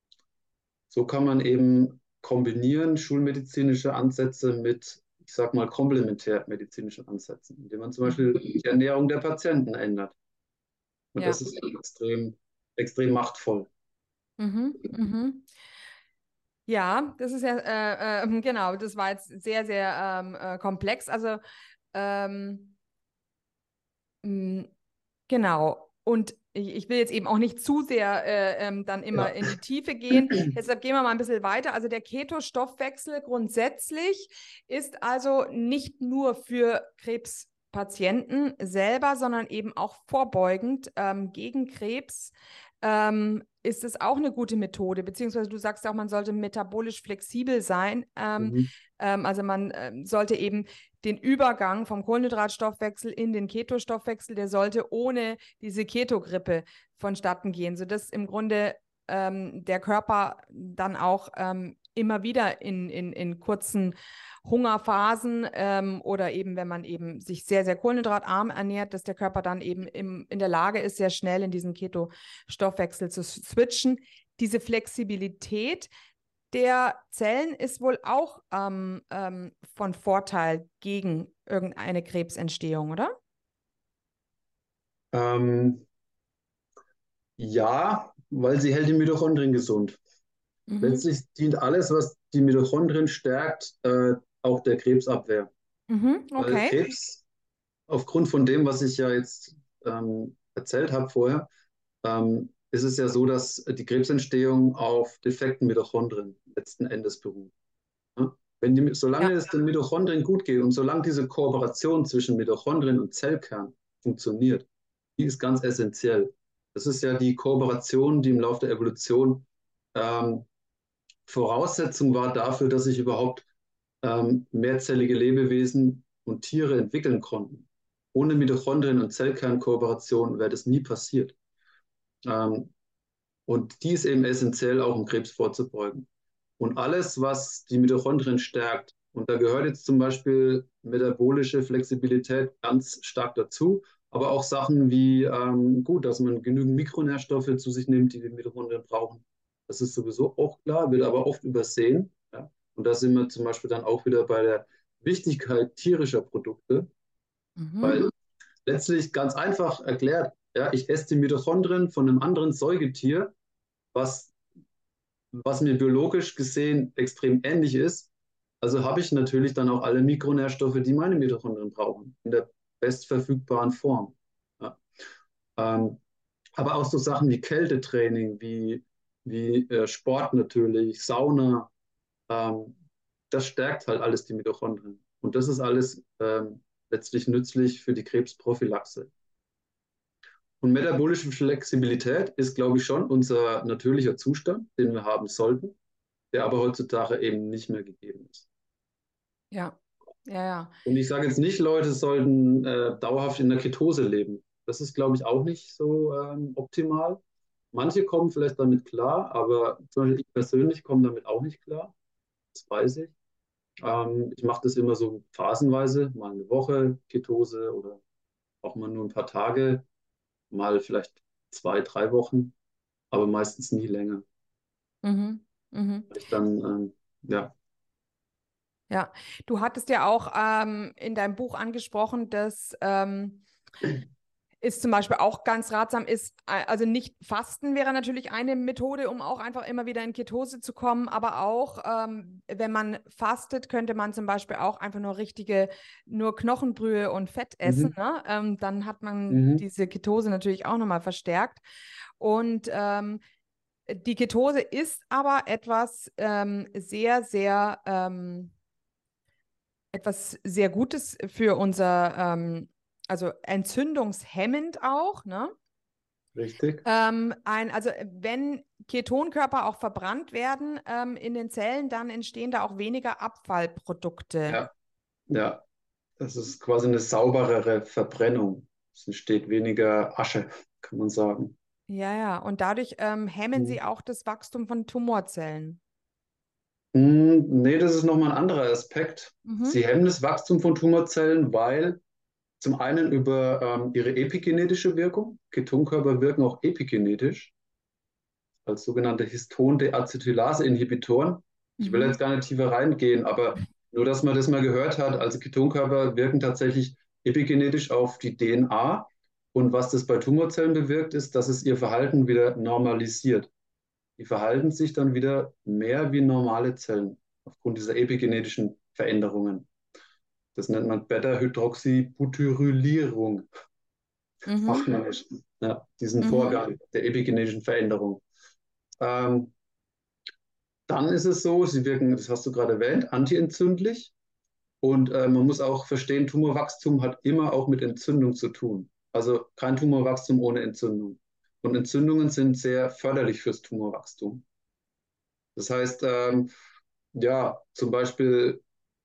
so kann man eben kombinieren schulmedizinische Ansätze mit, ich sag mal, komplementärmedizinischen Ansätzen, indem man zum Beispiel Mhm. die Ernährung der Patienten ändert. Und das Ja. ist extrem, extrem machtvoll. Mhm. Mhm. Ja, das ist ja, äh, äh, genau, das war jetzt sehr, sehr ähm, äh, komplex. Also, ähm, mh, genau. Und ich, ich will jetzt eben auch nicht zu sehr äh, ähm, dann immer Ja. in die Tiefe gehen. Deshalb gehen wir mal ein bisschen weiter. Also der Keto-Stoffwechsel grundsätzlich ist also nicht nur für Krebspatienten selber, sondern eben auch vorbeugend ähm, gegen Krebs. Ähm, ist es auch eine gute Methode, beziehungsweise du sagst auch, man sollte metabolisch flexibel sein. Ähm, Mhm. ähm, also man ähm, sollte eben den Übergang vom Kohlenhydratstoffwechsel in den Ketostoffwechsel, der sollte ohne diese Ketogrippe vonstatten gehen, sodass im Grunde ähm, der Körper dann auch ähm, immer wieder in, in, in kurzen Hungerphasen ähm, oder eben, wenn man eben sich sehr, sehr kohlenhydratarm ernährt, dass der Körper dann eben im, in der Lage ist, sehr schnell in diesen Keto-Stoffwechsel zu switchen. Diese Flexibilität der Zellen ist wohl auch ähm, ähm, von Vorteil gegen irgendeine Krebsentstehung, oder? Ähm, ja, weil sie hält die Mitochondrien gesund. Mhm. Letztlich dient alles, was die Mitochondrien stärkt, äh, auch der Krebsabwehr. Mhm. Weil Okay. Krebs, aufgrund von dem, was ich ja jetzt ähm, erzählt habe vorher, ähm, ist es ja so, dass die Krebsentstehung auf defekten Mitochondrien letzten Endes beruht. Ja? Wenn die, solange Ja. es den Mitochondrien gut geht und solange diese Kooperation zwischen Mitochondrien und Zellkern funktioniert, die ist ganz essentiell. Das ist ja die Kooperation, die im Laufe der Evolution ähm, Voraussetzung war dafür, dass sich überhaupt ähm, mehrzellige Lebewesen und Tiere entwickeln konnten. Ohne Mitochondrien- und Zellkernkooperation wäre das nie passiert. Ähm, und die ist eben essentiell, auch um Krebs vorzubeugen. Und alles, was die Mitochondrien stärkt, und da gehört jetzt zum Beispiel metabolische Flexibilität ganz stark dazu, aber auch Sachen wie, ähm, gut, dass man genügend Mikronährstoffe zu sich nimmt, die die Mitochondrien brauchen. Das ist sowieso auch klar, wird aber oft übersehen. Ja? Und da sind wir zum Beispiel dann auch wieder bei der Wichtigkeit tierischer Produkte, Mhm. weil letztlich ganz einfach erklärt, ja, ich esse die Mitochondrien von einem anderen Säugetier, was was mir biologisch gesehen extrem ähnlich ist. Also habe ich natürlich dann auch alle Mikronährstoffe, die meine Mitochondrien brauchen, in der bestverfügbaren Form. Ja. Ähm, aber auch so Sachen wie Kältetraining, wie, wie äh, Sport natürlich, Sauna, ähm, das stärkt halt alles die Mitochondrien. Und das ist alles ähm, letztlich nützlich für die Krebsprophylaxe. Und metabolische Flexibilität ist, glaube ich, schon unser natürlicher Zustand, den wir haben sollten, der aber heutzutage eben nicht mehr gegeben ist. Ja, ja, ja. Und ich sage jetzt nicht, Leute sollten äh, dauerhaft in der Ketose leben. Das ist, glaube ich, auch nicht so ähm, optimal. Manche kommen vielleicht damit klar, aber zum Beispiel ich persönlich komme damit auch nicht klar. Das weiß ich. Ähm, ich mache das immer so phasenweise, mal eine Woche Ketose oder auch mal nur ein paar Tage, mal vielleicht zwei, drei Wochen, aber meistens nie länger. Mhm. Mhm. Weil ich dann, ähm, ja. Ja, du hattest ja auch ähm, in deinem Buch angesprochen, dass ähm, es zum Beispiel auch ganz ratsam ist, äh, also nicht Fasten wäre natürlich eine Methode, um auch einfach immer wieder in Ketose zu kommen, aber auch, ähm, wenn man fastet, könnte man zum Beispiel auch einfach nur richtige, nur Knochenbrühe und Fett essen, Mhm. ne? Ähm, dann hat man Mhm. diese Ketose natürlich auch nochmal verstärkt. Und ähm, die Ketose ist aber etwas ähm, sehr, sehr ähm, etwas sehr Gutes für unser, ähm, also entzündungshemmend auch, ne? Richtig. Ähm, ein, also wenn Ketonkörper auch verbrannt werden ähm, in den Zellen, dann entstehen da auch weniger Abfallprodukte. Ja, ja. Das ist quasi eine sauberere Verbrennung. Es entsteht weniger Asche, kann man sagen. Ja, ja. Und dadurch ähm, hemmen Mhm. sie auch das Wachstum von Tumorzellen. Mm, Nee, das ist nochmal ein anderer Aspekt. Mhm. Sie hemmen das Wachstum von Tumorzellen, weil zum einen über ähm, ihre epigenetische Wirkung, Ketonkörper wirken auch epigenetisch als sogenannte Histon-Deacetylase-Inhibitoren. Ich will jetzt Mhm. gar nicht tiefer reingehen, aber nur, dass man das mal gehört hat, also Ketonkörper wirken tatsächlich epigenetisch auf die D N A. Und was das bei Tumorzellen bewirkt, ist, dass es ihr Verhalten wieder normalisiert. Die verhalten sich dann wieder mehr wie normale Zellen aufgrund dieser epigenetischen Veränderungen. Das nennt man Beta-Hydroxybutyrylierung, Mhm. fachmännisch. Ja, diesen Mhm. Vorgang der epigenetischen Veränderung. Ähm, Dann ist es so, sie wirken, das hast du gerade erwähnt, antientzündlich. Und äh, man muss auch verstehen, Tumorwachstum hat immer auch mit Entzündung zu tun. Also kein Tumorwachstum ohne Entzündung. Und Entzündungen sind sehr förderlich fürs Tumorwachstum. Das heißt, ähm, ja, zum Beispiel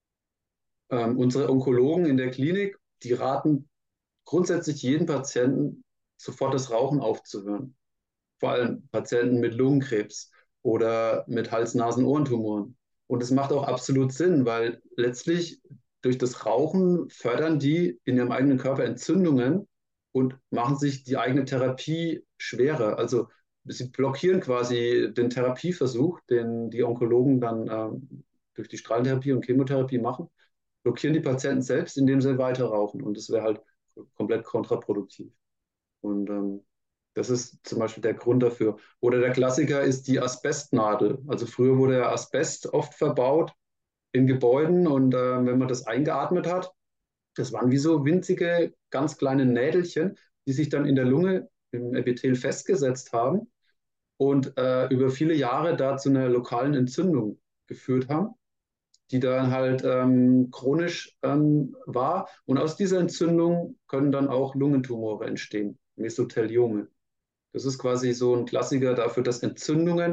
ähm, unsere Onkologen in der Klinik, die raten grundsätzlich jeden Patienten, sofort das Rauchen aufzuhören. Vor allem Patienten mit Lungenkrebs oder mit Hals-Nasen-Ohrentumoren. Und es macht auch absolut Sinn, weil letztlich durch das Rauchen fördern die in ihrem eigenen Körper Entzündungen und machen sich die eigene Therapie schwerer. Also sie blockieren quasi den Therapieversuch, den die Onkologen dann ähm, durch die Strahlentherapie und Chemotherapie machen, blockieren die Patienten selbst, indem sie weiter rauchen. Und das wäre halt komplett kontraproduktiv. Und ähm, das ist zum Beispiel der Grund dafür. Oder der Klassiker ist die Asbestnadel. Also früher wurde ja Asbest oft verbaut in Gebäuden und äh, wenn man das eingeatmet hat, das waren wie so winzige, ganz kleine Nädelchen, die sich dann in der Lunge im Epithel festgesetzt haben und äh, über viele Jahre da zu einer lokalen Entzündung geführt haben, die dann halt ähm, chronisch ähm, war. Und aus dieser Entzündung können dann auch Lungentumore entstehen, Mesotheliome. Das ist quasi so ein Klassiker dafür, dass Entzündungen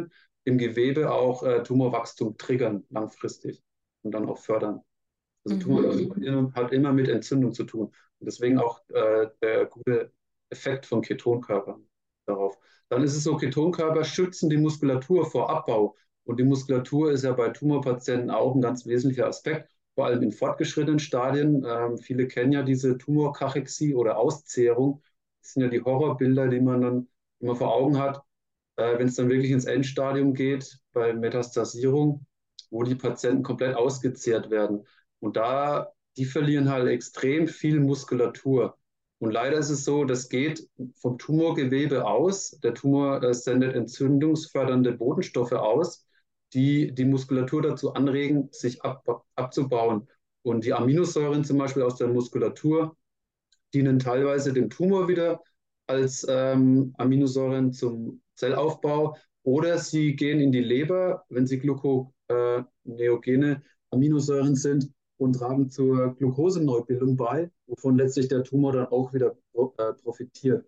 im Gewebe auch äh, Tumorwachstum triggern langfristig und dann auch fördern. Also Tumor hat immer mit Entzündung zu tun. Und deswegen auch äh, der gute Effekt von Ketonkörpern darauf. Dann ist es so, Ketonkörper schützen die Muskulatur vor Abbau. Und die Muskulatur ist ja bei Tumorpatienten auch ein ganz wesentlicher Aspekt, vor allem in fortgeschrittenen Stadien. Ähm, viele kennen ja diese Tumorkachexie oder Auszehrung. Das sind ja die Horrorbilder, die man dann immer vor Augen hat, äh, wenn es dann wirklich ins Endstadium geht, bei Metastasierung, wo die Patienten komplett ausgezehrt werden. Und da, die verlieren halt extrem viel Muskulatur. Und leider ist es so, das geht vom Tumorgewebe aus. Der Tumor äh, sendet entzündungsfördernde Botenstoffe aus, die die Muskulatur dazu anregen, sich ab, abzubauen. Und die Aminosäuren zum Beispiel aus der Muskulatur dienen teilweise dem Tumor wieder als ähm, Aminosäuren zum Zellaufbau oder sie gehen in die Leber, wenn sie gluconeogene Aminosäuren sind und tragen zur Glukoseneubildung bei, wovon letztlich der Tumor dann auch wieder äh, profitiert.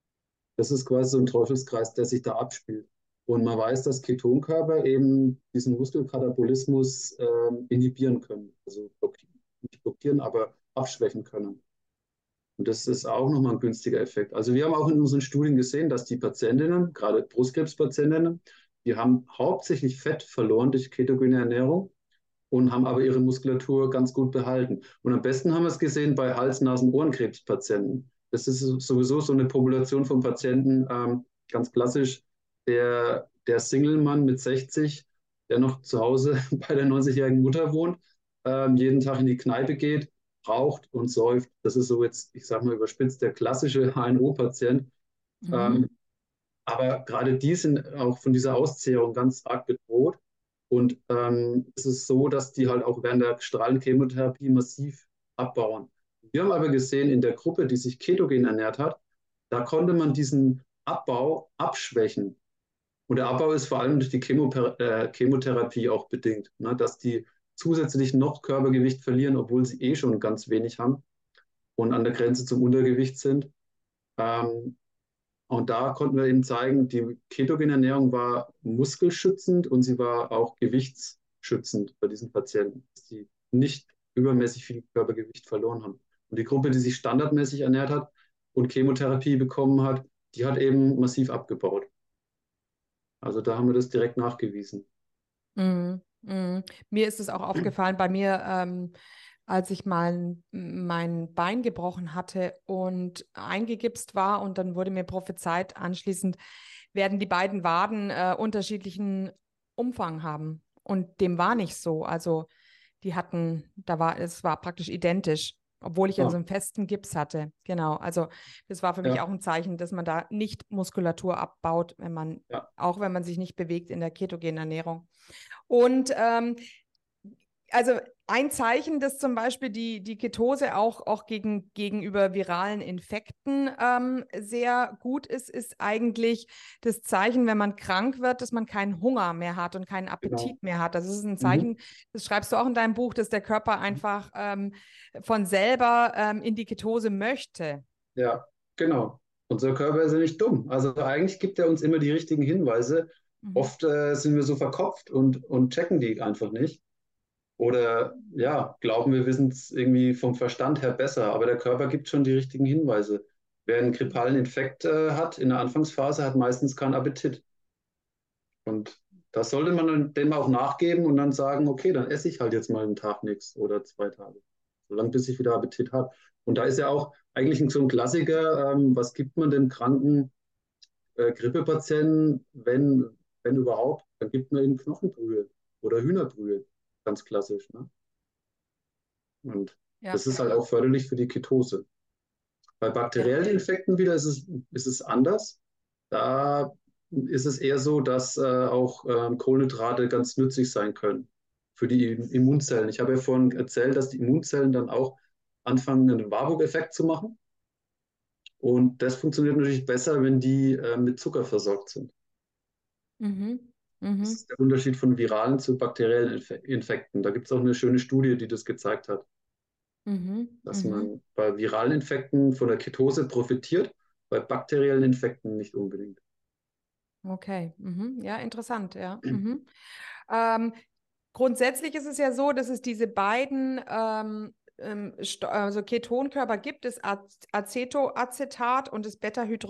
Das ist quasi so ein Teufelskreis, der sich da abspielt. Und man weiß, dass Ketonkörper eben diesen Muskelkatabolismus äh, inhibieren können. Also blockieren, nicht blockieren, aber abschwächen können. Und das ist auch nochmal ein günstiger Effekt. Also wir haben auch in unseren Studien gesehen, dass die Patientinnen, gerade Brustkrebspatientinnen, die haben hauptsächlich Fett verloren durch ketogene Ernährung und haben aber ihre Muskulatur ganz gut behalten. Und am besten haben wir es gesehen bei Hals-, Nasen-, Ohrenkrebspatienten. Das ist sowieso so eine Population von Patienten, ähm, ganz klassisch, der, der Single-Mann mit sechzig, der noch zu Hause bei der neunzigjährigen Mutter wohnt, ähm, jeden Tag in die Kneipe geht, raucht und säuft. Das ist so jetzt, ich sage mal überspitzt, der klassische H N O-Patient. Mhm. Ähm, aber gerade die sind auch von dieser Auszehrung ganz arg bedroht. Und ähm, es ist so, dass die halt auch während der Strahlenchemotherapie massiv abbauen. Wir haben aber gesehen, in der Gruppe, die sich ketogen ernährt hat, da konnte man diesen Abbau abschwächen. Und der Abbau ist vor allem durch die Chemoper äh, Chemotherapie auch bedingt, ne, dass die zusätzlich noch Körpergewicht verlieren, obwohl sie eh schon ganz wenig haben und an der Grenze zum Untergewicht sind. Ähm, und da konnten wir eben zeigen, die ketogene Ernährung war muskelschützend und sie war auch gewichtsschützend bei diesen Patienten, dass die nicht übermäßig viel Körpergewicht verloren haben. Und die Gruppe, die sich standardmäßig ernährt hat und Chemotherapie bekommen hat, die hat eben massiv abgebaut. Also da haben wir das direkt nachgewiesen. Mhm. Mhm. Mir ist es auch aufgefallen, bei mir, ähm, als ich mal mein Bein gebrochen hatte und eingegipst war und dann wurde mir prophezeit, anschließend werden die beiden Waden äh, unterschiedlichen Umfang haben. Und dem war nicht so. Also die hatten, da war, es war praktisch identisch, obwohl ich ja Ah, so einen festen Gips hatte. Genau. Also das war für mich ja, auch ein Zeichen, dass man da nicht Muskulatur abbaut, wenn man, ja. auch wenn man sich nicht bewegt in der ketogenen Ernährung. Und ähm, also ein Zeichen, dass zum Beispiel die, die Ketose auch, auch gegen, gegenüber viralen Infekten ähm, sehr gut ist, ist eigentlich das Zeichen, wenn man krank wird, dass man keinen Hunger mehr hat und keinen Genau. Appetit mehr hat. Also es ist ein Mhm. Zeichen, das schreibst du auch in deinem Buch, dass der Körper einfach ähm, von selber ähm, in die Ketose möchte. Ja, genau. Unser Körper ist ja nicht dumm. Also eigentlich gibt er uns immer die richtigen Hinweise. Mhm. Oft äh, sind wir so verkopft und, und checken die einfach nicht. Oder ja, glauben wir wissen es irgendwie vom Verstand her besser. Aber der Körper gibt schon die richtigen Hinweise. Wer einen grippalen Infekt äh, hat in der Anfangsphase, hat meistens keinen Appetit. Und das sollte man dann dem auch nachgeben und dann sagen, okay, dann esse ich halt jetzt mal einen Tag nichts oder zwei Tage, solange bis ich wieder Appetit habe. Und da ist ja auch eigentlich ein, so ein Klassiker, ähm, was gibt man dem kranken äh, Grippepatienten, wenn, wenn überhaupt, dann gibt man ihm Knochenbrühe oder Hühnerbrühe, ganz klassisch. Ne? Und Ja. das ist halt auch förderlich für die Ketose. Bei Ja. bakteriellen Infekten wieder ist es, ist es anders. Da ist es eher so, dass äh, auch ähm, Kohlenhydrate ganz nützlich sein können für die Immunzellen. Ich habe ja vorhin erzählt, dass die Immunzellen dann auch anfangen, einen Warburg-Effekt zu machen. Und das funktioniert natürlich besser, wenn die äh, mit Zucker versorgt sind. Mhm. Das Mhm. ist der Unterschied von viralen zu bakteriellen Infe Infekten. Da gibt es auch eine schöne Studie, die das gezeigt hat, Mhm. dass Mhm. man bei viralen Infekten von der Ketose profitiert, bei bakteriellen Infekten nicht unbedingt. Okay, mhm. Ja, interessant, ja. Mhm. Ähm, grundsätzlich ist es ja so, dass es diese beiden ähm, ähm, Sto- also Ketonkörper gibt, das Ac- Acetoacetat und das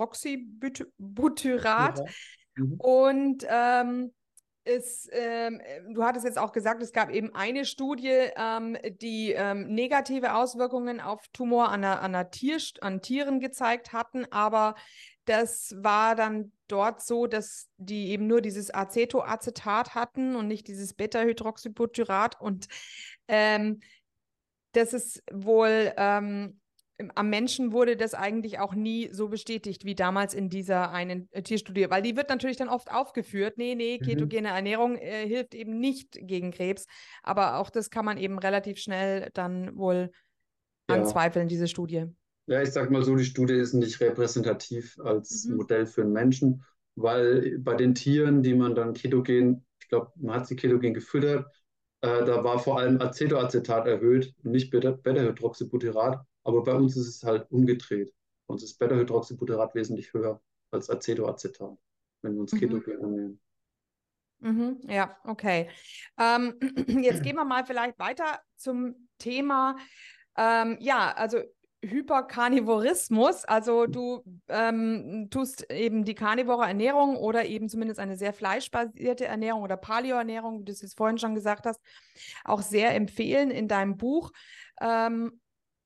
Beta-Hydroxybutyrat. Ja. Mhm. Und ähm, es, ähm, du hattest jetzt auch gesagt, es gab eben eine Studie, ähm, die ähm, negative Auswirkungen auf Tumor an, einer, an, einer Tier, an Tieren gezeigt hatten, aber das war dann dort so, dass die eben nur dieses Acetoacetat hatten und nicht dieses Beta-Hydroxybutyrat. Und ähm, das ist wohl, ähm, am Menschen wurde das eigentlich auch nie so bestätigt wie damals in dieser einen äh, Tierstudie, weil die wird natürlich dann oft aufgeführt. Nee, nee, Mhm. ketogene Ernährung äh, hilft eben nicht gegen Krebs. Aber auch das kann man eben relativ schnell dann wohl Ja. anzweifeln, diese Studie. Ja, ich sag mal so, die Studie ist nicht repräsentativ als Mhm. Modell für den Menschen, weil bei den Tieren, die man dann ketogen, ich glaube, man hat sie ketogen gefüttert, äh, da war vor allem Acetoacetat erhöht und nicht Beta- Beta-Hydroxybutyrat. Aber bei uns ist es halt umgedreht. Bei uns ist Beta-Hydroxybutyrat wesentlich höher als Acetoacetat, wenn wir uns Mhm. ketogen ernähren. Mhm. Ja, okay. Ähm, jetzt gehen wir mal vielleicht weiter zum Thema, ähm, ja, also Hyperkarnivorismus. Also du ähm, tust eben die karnivore Ernährung oder eben zumindest eine sehr fleischbasierte Ernährung oder Paleo-Ernährung, wie du es jetzt vorhin schon gesagt hast, auch sehr empfehlen in deinem Buch. Ähm,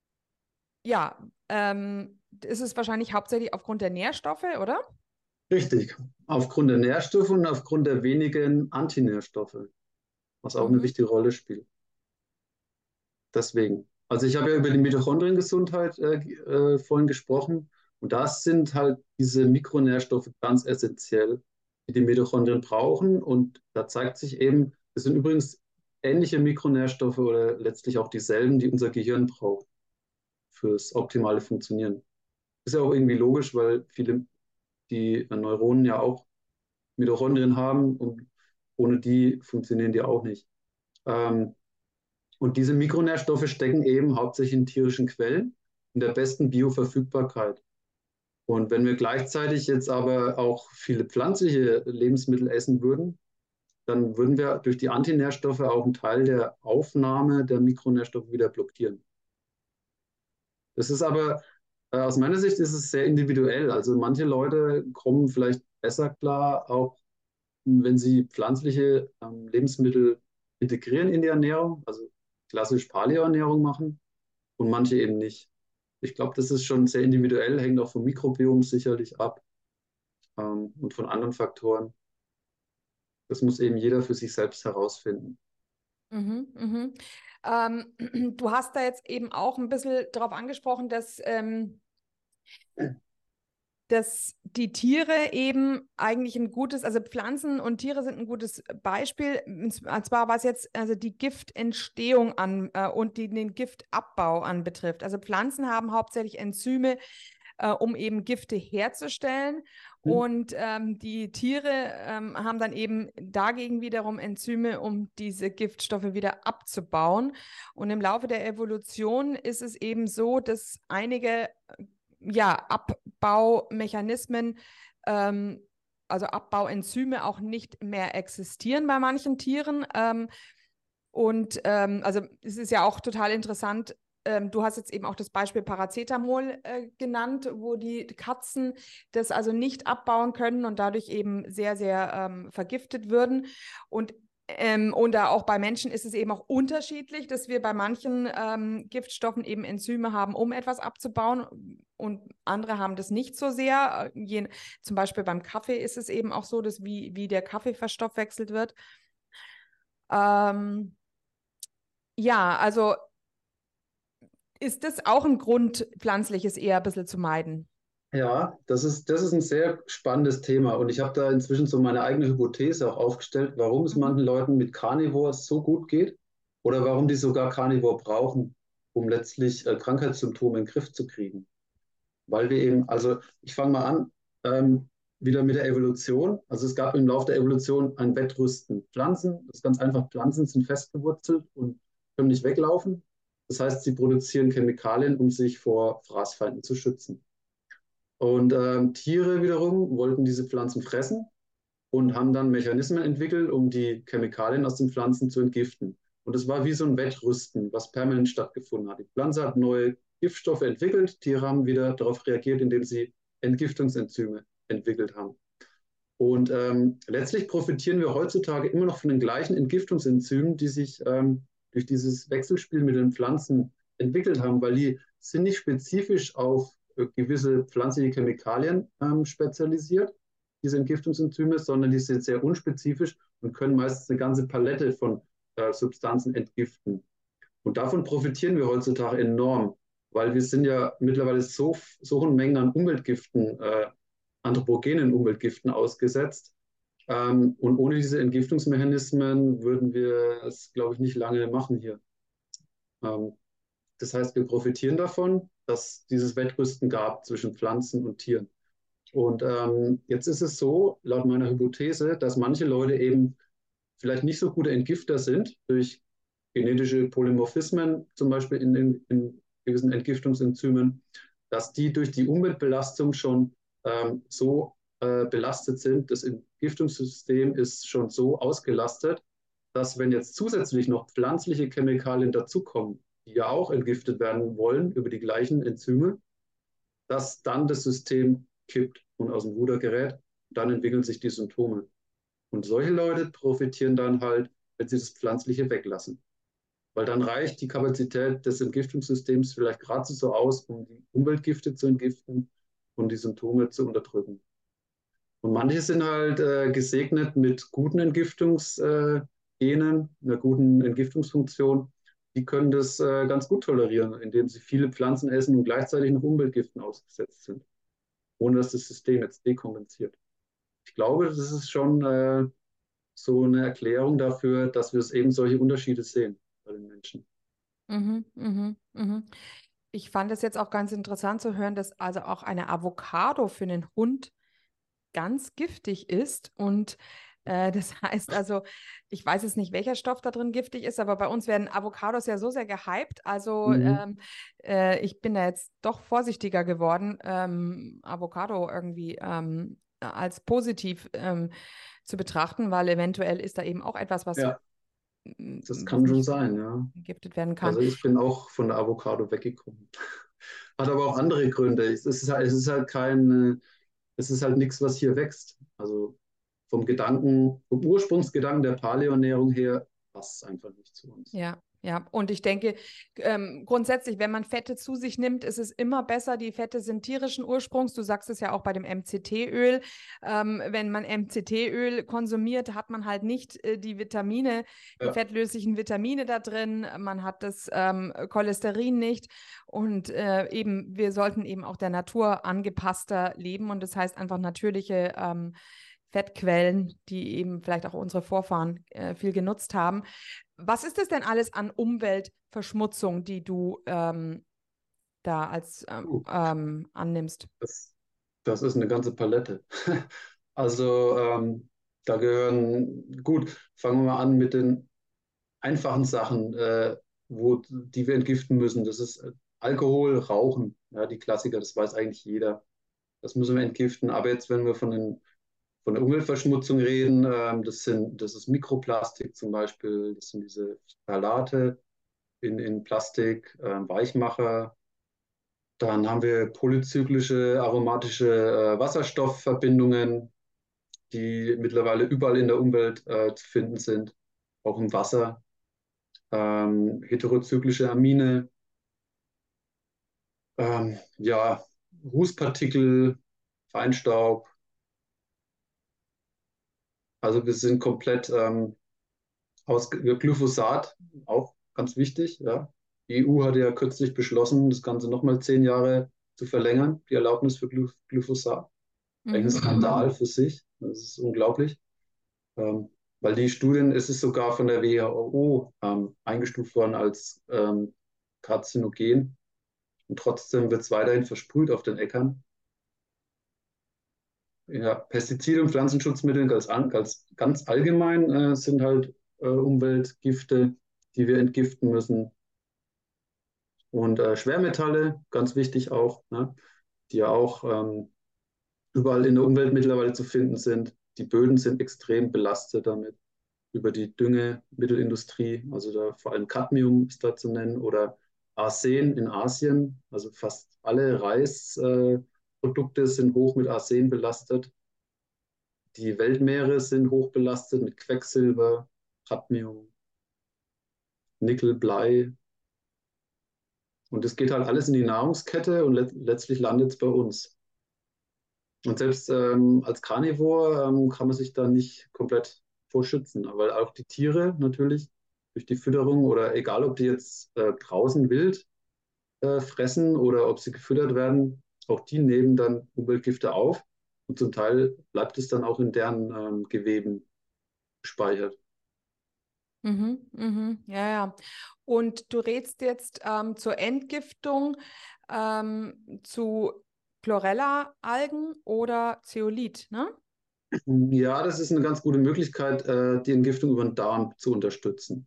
ja, ähm, ist es wahrscheinlich hauptsächlich aufgrund der Nährstoffe, oder? Richtig, aufgrund der Nährstoffe und aufgrund der wenigen Antinährstoffe, was auch eine Mhm. wichtige Rolle spielt. Deswegen. Also ich habe ja über die Mitochondriengesundheit äh, äh, vorhin gesprochen und das sind halt diese Mikronährstoffe ganz essentiell, die die Mitochondrien brauchen und da zeigt sich eben, das sind übrigens ähnliche Mikronährstoffe oder letztlich auch dieselben, die unser Gehirn braucht fürs optimale Funktionieren. Ist ja auch irgendwie logisch, weil viele die Neuronen ja auch Mitochondrien haben und ohne die funktionieren die auch nicht. Ähm, Und diese Mikronährstoffe stecken eben hauptsächlich in tierischen Quellen in der besten Bioverfügbarkeit. Und wenn wir gleichzeitig jetzt aber auch viele pflanzliche Lebensmittel essen würden, dann würden wir durch die Antinährstoffe auch einen Teil der Aufnahme der Mikronährstoffe wieder blockieren. Das ist aber, äh, aus meiner Sicht ist es sehr individuell. Also manche Leute kommen vielleicht besser klar, auch wenn sie pflanzliche ähm, Lebensmittel integrieren in die Ernährung, also klassisch Paleo-Ernährung machen und manche eben nicht. Ich glaube, das ist schon sehr individuell, hängt auch vom Mikrobiom sicherlich ab ähm, und von anderen Faktoren. Das muss eben jeder für sich selbst herausfinden. Mhm, mhm. Ähm, du hast da jetzt eben auch ein bisschen darauf angesprochen, dass, ähm, dass die Tiere eben eigentlich ein gutes, also Pflanzen und Tiere sind ein gutes Beispiel. Und zwar was jetzt also die Giftentstehung an äh, und die, den Giftabbau anbetrifft. Also Pflanzen haben hauptsächlich Enzyme, äh, um eben Gifte herzustellen. Hm? Und ähm, die Tiere ähm, haben dann eben dagegen wiederum Enzyme, um diese Giftstoffe wieder abzubauen. Und im Laufe der Evolution ist es eben so, dass einige ja, Abbaumechanismen, ähm, also Abbauenzyme auch nicht mehr existieren bei manchen Tieren. Ähm, und ähm, also es ist ja auch total interessant. Ähm, du hast jetzt eben auch das Beispiel Paracetamol äh, genannt, wo die Katzen das also nicht abbauen können und dadurch eben sehr, sehr ähm, vergiftet würden. Und ähm, und da auch bei Menschen ist es eben auch unterschiedlich, dass wir bei manchen ähm, Giftstoffen eben Enzyme haben, um etwas abzubauen und andere haben das nicht so sehr. Je, zum Beispiel beim Kaffee ist es eben auch so, dass wie, wie der Kaffee verstoffwechselt wird. Ähm, ja, also ist das auch ein Grund, Pflanzliches eher ein bisschen zu meiden? Ja, das ist, das ist ein sehr spannendes Thema und ich habe da inzwischen so meine eigene Hypothese auch aufgestellt, warum es Mhm. manchen Leuten mit Carnivores so gut geht oder warum die sogar Carnivore brauchen, um letztlich äh, Krankheitssymptome in den Griff zu kriegen. Weil wir eben, also ich fange mal an, ähm, wieder mit der Evolution. Also es gab im Laufe der Evolution ein Wettrüsten. Pflanzen, das ist ganz einfach, Pflanzen sind festgewurzelt und können nicht weglaufen. Das heißt, sie produzieren Chemikalien, um sich vor Fraßfeinden zu schützen. Und ähm, Tiere wiederum wollten diese Pflanzen fressen und haben dann Mechanismen entwickelt, um die Chemikalien aus den Pflanzen zu entgiften. Und es war wie so ein Wettrüsten, was permanent stattgefunden hat. Die Pflanze hat neue Giftstoffe entwickelt, Tiere haben wieder darauf reagiert, indem sie Entgiftungsenzyme entwickelt haben. Und ähm, letztlich profitieren wir heutzutage immer noch von den gleichen Entgiftungsenzymen, die sich ähm, durch dieses Wechselspiel mit den Pflanzen entwickelt haben, weil die sind nicht spezifisch auf äh, gewisse pflanzliche Chemikalien ähm, spezialisiert, diese Entgiftungsenzyme, sondern die sind sehr unspezifisch und können meistens eine ganze Palette von äh, Substanzen entgiften. Und davon profitieren wir heutzutage enorm, weil wir sind ja mittlerweile so, so hohen Mengen an Umweltgiften, äh, anthropogenen Umweltgiften ausgesetzt. Ähm, und ohne diese Entgiftungsmechanismen würden wir es, glaube ich, nicht lange machen hier. Ähm, das heißt, wir profitieren davon, dass dieses Wettrüsten gab zwischen Pflanzen und Tieren. Und ähm, jetzt ist es so, laut meiner Hypothese, dass manche Leute eben vielleicht nicht so gute Entgifter sind durch genetische Polymorphismen, zum Beispiel in, in, in gewissen Entgiftungsenzymen, dass die durch die Umweltbelastung schon ähm, so äh, belastet sind. Das Entgiftungssystem ist schon so ausgelastet, dass wenn jetzt zusätzlich noch pflanzliche Chemikalien dazukommen, die ja auch entgiftet werden wollen über die gleichen Enzyme, dass dann das System kippt und aus dem Ruder gerät. Dann entwickeln sich die Symptome. Und solche Leute profitieren dann halt, wenn sie das Pflanzliche weglassen. Weil dann reicht die Kapazität des Entgiftungssystems vielleicht gerade so aus, um die Umweltgifte zu entgiften und die Symptome zu unterdrücken. Und manche sind halt äh, gesegnet mit guten Entgiftungsgenen, äh, einer guten Entgiftungsfunktion. Die können das äh, ganz gut tolerieren, indem sie viele Pflanzen essen und gleichzeitig noch Umweltgiften ausgesetzt sind, ohne dass das System jetzt dekompensiert. Ich glaube, das ist schon äh, so eine Erklärung dafür, dass wir es eben solche Unterschiede sehen bei den Menschen. Mhm, mhm, mhm. Ich fand es jetzt auch ganz interessant zu hören, dass also auch eine Avocado für einen Hund ganz giftig ist. Und äh, das heißt also, ich weiß jetzt nicht, welcher Stoff da drin giftig ist, aber bei uns werden Avocados ja so sehr gehypt. Also Mhm. ähm, äh, ich bin da jetzt doch vorsichtiger geworden, ähm, Avocado irgendwie ähm, als positiv ähm, zu betrachten, weil eventuell ist da eben auch etwas, was, Ja, mm, das was kann schon nicht sein, ja. vergiftet werden kann. Also ich bin auch von der Avocado weggekommen. Hat aber auch andere Gründe. Es ist halt, es ist halt kein, äh, es ist halt nichts, was hier wächst. Also vom Gedanken, vom Ursprungsgedanken der Paleoernährung her passt es einfach nicht zu uns. Ja, ja. Und ich denke, ähm, grundsätzlich, wenn man Fette zu sich nimmt, ist es immer besser. Die Fette sind tierischen Ursprungs. Du sagst es ja auch bei dem M C T-Öl. Ähm, wenn man M C T-Öl konsumiert, hat man halt nicht äh, die Vitamine, die Ja, fettlöslichen Vitamine da drin. Man hat das ähm, Cholesterin nicht. Und äh, eben, wir sollten eben auch der Natur angepasster leben. Und das heißt einfach natürliche ähm, Fettquellen, die eben vielleicht auch unsere Vorfahren äh, viel genutzt haben. Was ist das denn alles an Umweltverschmutzung, die du ähm, da als ähm, uh, ähm, annimmst? das, das ist eine ganze Palette. Also ähm, da gehören, gut, fangen wir mal an mit den einfachen Sachen, äh, wo, die wir entgiften müssen. Das ist äh, Alkohol, Rauchen, ja, die Klassiker, das weiß eigentlich jeder. Das müssen wir entgiften. Aber jetzt, wenn wir von, den, von der Umweltverschmutzung reden, ähm, das sind, das ist Mikroplastik zum Beispiel, das sind diese Phthalate in, in Plastik, ähm, Weichmacher. Dann haben wir polyzyklische aromatische äh, Wasserstoffverbindungen, die mittlerweile überall in der Umwelt äh, zu finden sind, auch im Wasser. Ähm, heterozyklische Amine, ähm, ja, Rußpartikel, Feinstaub. Also wir sind komplett ähm, aus Glyphosat, auch ganz wichtig. Ja. Die E U hat ja kürzlich beschlossen, das Ganze nochmal zehn Jahre zu verlängern, die Erlaubnis für Gly- Glyphosat. Eigentlich ein Mhm. Skandal für sich. Das ist unglaublich. Ähm, weil die Studien, es ist sogar von der W H O ähm, eingestuft worden als ähm, karzinogen. Und trotzdem wird es weiterhin versprüht auf den Äckern. Ja, Pestizide und Pflanzenschutzmittel ganz, ganz, ganz allgemein äh, sind halt äh, Umweltgifte, die wir entgiften müssen. Und äh, Schwermetalle, ganz wichtig auch, ne, die ja auch ähm, überall in der Umwelt mittlerweile zu finden sind. die Böden sind extrem belastet damit über die Düngemittelindustrie, also da vor allem Cadmium ist da zu nennen oder Arsen in Asien, also fast alle Reisprodukte äh, sind hoch mit Arsen belastet. Die Weltmeere sind hoch belastet mit Quecksilber, Cadmium, Nickel, Blei. Und das geht halt alles in die Nahrungskette und let letztlich landet es bei uns. Und selbst ähm, als Carnivore ähm, kann man sich da nicht komplett vor schützen, weil auch die Tiere natürlich durch die Fütterung oder egal, ob die jetzt äh, draußen wild äh, fressen oder ob sie gefüttert werden, auch die nehmen dann Umweltgifte auf und zum Teil bleibt es dann auch in deren ähm, Geweben gespeichert. Mhm, mhm, ja, ja. Und du rätst jetzt ähm, zur Entgiftung ähm, zu Chlorella-Algen oder Zeolit, ne? Ja, das ist eine ganz gute Möglichkeit, äh, die Entgiftung über den Darm zu unterstützen.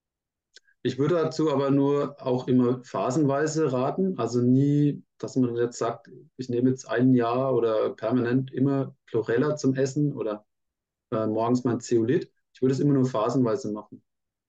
Ich würde dazu aber nur auch immer phasenweise raten, also nie, dass man jetzt sagt, ich nehme jetzt ein Jahr oder permanent immer Chlorella zum Essen oder äh, morgens mein Zeolit. Ich würde es immer nur phasenweise machen.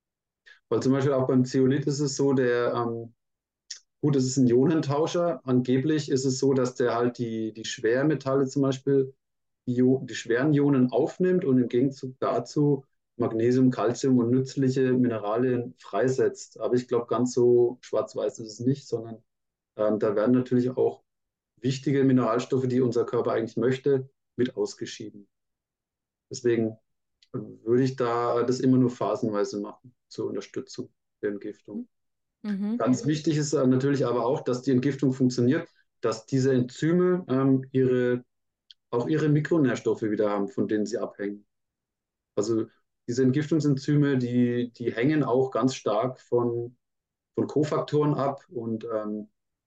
Weil zum Beispiel auch beim Zeolit ist es so, der, ähm, gut, es ist ein Ionentauscher. Angeblich ist es so, dass der halt die, die Schwermetalle zum Beispiel, die, Io- die schweren Ionen aufnimmt und im Gegenzug dazu Magnesium, Calcium und nützliche Mineralien freisetzt. Aber ich glaube, ganz so schwarz-weiß ist es nicht, sondern ähm, da werden natürlich auch wichtige Mineralstoffe, die unser Körper eigentlich möchte, mit ausgeschieden. Deswegen würde ich da das immer nur phasenweise machen zur Unterstützung der Entgiftung. Mhm. Ganz wichtig ist natürlich aber auch, dass die Entgiftung funktioniert, dass diese Enzyme ähm, ihre, auch ihre Mikronährstoffe wieder haben, von denen sie abhängen. Also diese Entgiftungsenzyme, die, die hängen auch ganz stark von, von Kofaktoren ab und ähm,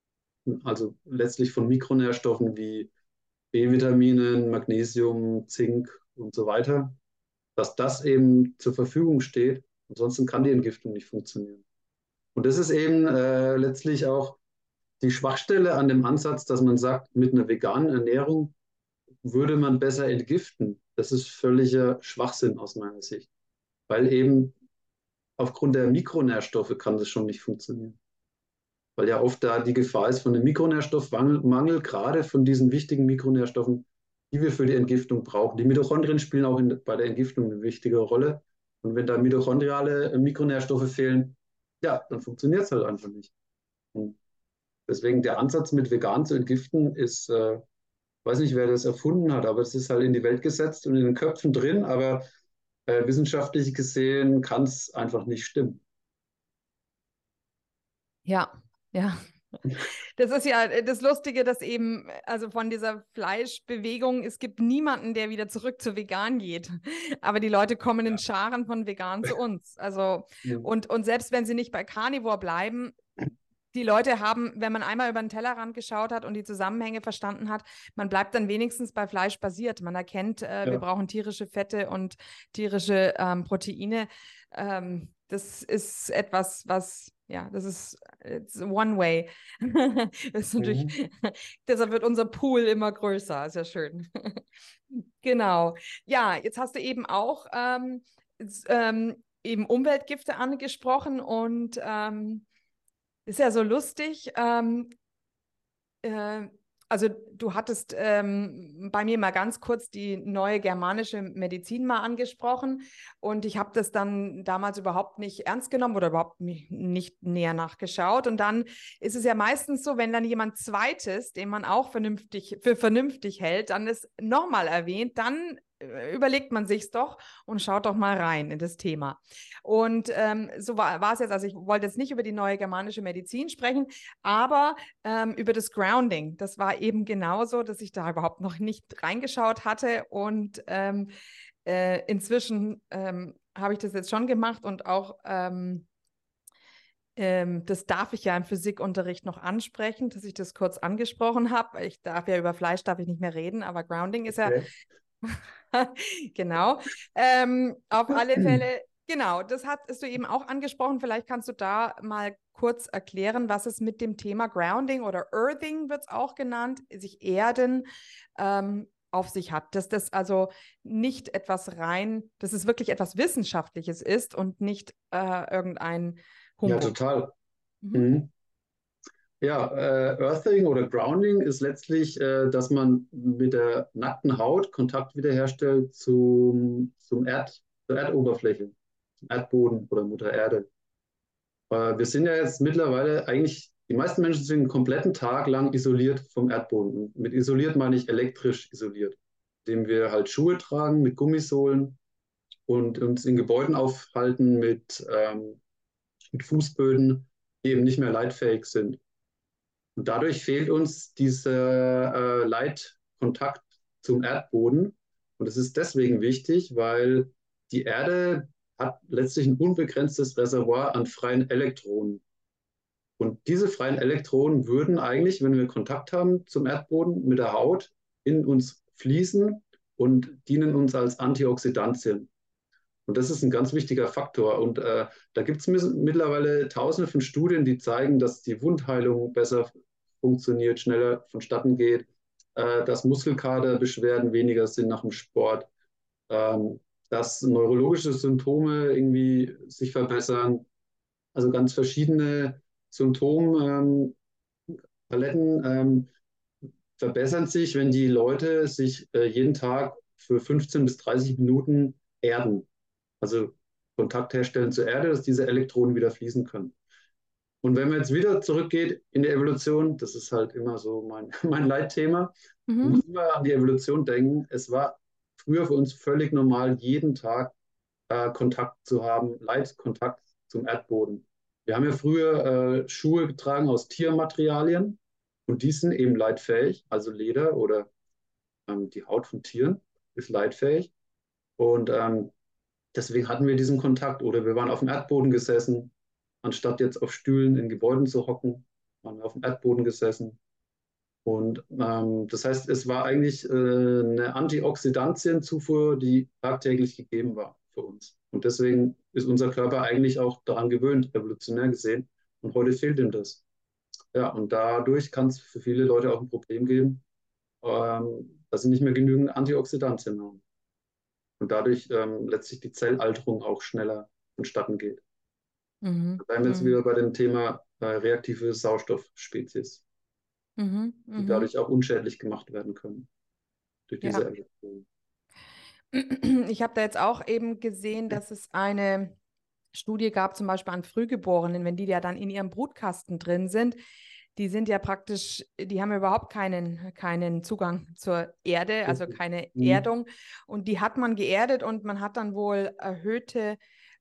also letztlich von Mikronährstoffen wie B-Vitaminen, Magnesium, Zink und so weiter, dass das eben zur Verfügung steht. Ansonsten kann die Entgiftung nicht funktionieren. Und das ist eben äh, letztlich auch die Schwachstelle an dem Ansatz, dass man sagt, mit einer veganen Ernährung würde man besser entgiften. Das ist völliger Schwachsinn aus meiner Sicht, weil eben aufgrund der Mikronährstoffe kann das schon nicht funktionieren. Weil ja oft da die Gefahr ist von dem Mikronährstoffmangel, Mangel, gerade von diesen wichtigen Mikronährstoffen, die wir für die Entgiftung brauchen. Die Mitochondrien spielen auch in, bei der Entgiftung eine wichtige Rolle. Und wenn da mitochondriale Mikronährstoffe fehlen, ja, dann funktioniert es halt einfach nicht. Und deswegen der Ansatz mit vegan zu entgiften ist, äh, weiß nicht, wer das erfunden hat, aber es ist halt in die Welt gesetzt und in den Köpfen drin, aber äh, wissenschaftlich gesehen kann es einfach nicht stimmen. Ja, ja. Das ist ja das Lustige, dass eben, also von dieser Fleischbewegung, es gibt niemanden, der wieder zurück zu vegan geht. Aber die Leute kommen in Ja. Scharen von vegan zu uns. Also, Mhm. und, und selbst wenn sie nicht bei Carnivore bleiben, die Leute haben, wenn man einmal über den Tellerrand geschaut hat und die Zusammenhänge verstanden hat, man bleibt dann wenigstens bei Fleisch basiert. Man erkennt, äh, wir Ja. brauchen tierische Fette und tierische ähm, Proteine. Ähm, das ist etwas, was, ja, das ist it's one way. Das ist natürlich, Mhm. deshalb wird unser Pool immer größer. Ist ja schön. Genau. Ja, jetzt hast du eben auch ähm, ähm, eben Umweltgifte angesprochen und ähm, ist ja so lustig. Ähm, äh, also du hattest ähm, bei mir mal ganz kurz die neue germanische Medizin mal angesprochen und ich habe das dann damals überhaupt nicht ernst genommen oder überhaupt nicht näher nachgeschaut. Und dann ist es ja meistens so, wenn dann jemand Zweites, den man auch vernünftig für vernünftig hält, dann ist nochmal erwähnt, dann äh, überlegt man sich's doch und schaut doch mal rein in das Thema. Und ähm, so war, war es jetzt. Also ich wollte jetzt nicht über die neue germanische Medizin sprechen, aber ähm, über das Grounding. Das war eben genauso, dass ich da überhaupt noch nicht reingeschaut hatte. Und ähm, äh, inzwischen ähm, habe ich das jetzt schon gemacht und auch ähm, ähm, das darf ich ja im Physikunterricht noch ansprechen, dass ich das kurz angesprochen habe. Ich darf ja über Fleisch darf ich nicht mehr reden, aber Grounding ist ja Okay. genau. Ähm, auf alle Fälle, genau, das hattest du eben auch angesprochen. Vielleicht kannst du da mal kurz erklären, was es mit dem Thema Grounding oder Earthing wird es auch genannt, sich erden, ähm, auf sich hat, dass das also nicht etwas rein, dass es wirklich etwas Wissenschaftliches ist und nicht äh, irgendein Ja, Humbug. total. Mhm. Mhm. Ja, äh, Earthing oder Grounding ist letztlich, äh, dass man mit der nackten Haut Kontakt wiederherstellt zum, zum Erd, zur Erdoberfläche, zum Erdboden oder Mutter Erde. Äh, wir sind ja jetzt mittlerweile eigentlich, die meisten Menschen sind einen kompletten Tag lang isoliert vom Erdboden. Und mit isoliert meine ich elektrisch isoliert, indem wir halt Schuhe tragen mit Gummisohlen und uns in Gebäuden aufhalten mit, ähm, mit Fußböden, die eben nicht mehr leitfähig sind. Und dadurch fehlt uns dieser äh, Leitkontakt zum Erdboden. Und es ist deswegen wichtig, weil die Erde hat letztlich ein unbegrenztes Reservoir an freien Elektronen. Und diese freien Elektronen würden eigentlich, wenn wir Kontakt haben zum Erdboden mit der Haut, in uns fließen und dienen uns als Antioxidantien. Und das ist ein ganz wichtiger Faktor. Und äh, da gibt es mittlerweile tausende von Studien, die zeigen, dass die Wundheilung besser funktioniert, schneller vonstatten geht, äh, dass Muskelkaterbeschwerden weniger sind nach dem Sport, ähm, dass neurologische Symptome irgendwie sich verbessern. Also ganz verschiedene Symptompaletten ähm, ähm, verbessern sich, wenn die Leute sich äh, jeden Tag für fünfzehn bis dreißig Minuten erden. Also Kontakt herstellen zur Erde, dass diese Elektronen wieder fließen können. Und wenn man jetzt wieder zurückgeht in die Evolution, das ist halt immer so mein, mein Leitthema, man Mhm. muss immer an die Evolution denken. Es war früher für uns völlig normal, jeden Tag äh, Kontakt zu haben, Leitkontakt zum Erdboden. Wir haben ja früher äh, Schuhe getragen aus Tiermaterialien und die sind eben leitfähig, also Leder oder ähm, die Haut von Tieren ist leitfähig. Und ähm, deswegen hatten wir diesen Kontakt. Oder wir waren auf dem Erdboden gesessen, anstatt jetzt auf Stühlen in Gebäuden zu hocken, waren wir auf dem Erdboden gesessen. Und ähm, das heißt, es war eigentlich äh, eine Antioxidantienzufuhr, die tagtäglich gegeben war für uns. Und deswegen ist unser Körper eigentlich auch daran gewöhnt, evolutionär gesehen. Und heute fehlt ihm das. Ja, und dadurch kann es für viele Leute auch ein Problem geben, ähm, dass sie nicht mehr genügend Antioxidantien haben. Und dadurch ähm, letztlich die Zellalterung auch schneller vonstatten geht. Mhm. Da bleiben wir jetzt Mhm. wieder bei dem Thema äh, reaktive Sauerstoffspezies, Mhm. die Mhm. dadurch auch unschädlich gemacht werden können durch diese Ja. Evolution. Ich habe da jetzt auch eben gesehen, dass es eine Studie gab, zum Beispiel an Frühgeborenen, wenn die ja dann in ihrem Brutkasten drin sind, die sind ja praktisch, die haben ja überhaupt keinen, keinen Zugang zur Erde, also Richtig. keine Mhm. Erdung. Und die hat man geerdet und man hat dann wohl erhöhte,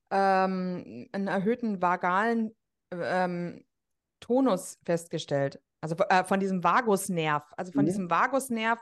ähm, einen erhöhten vagalen ähm, Tonus festgestellt. Also äh, von diesem Vagusnerv. Also von Mhm. diesem Vagusnerv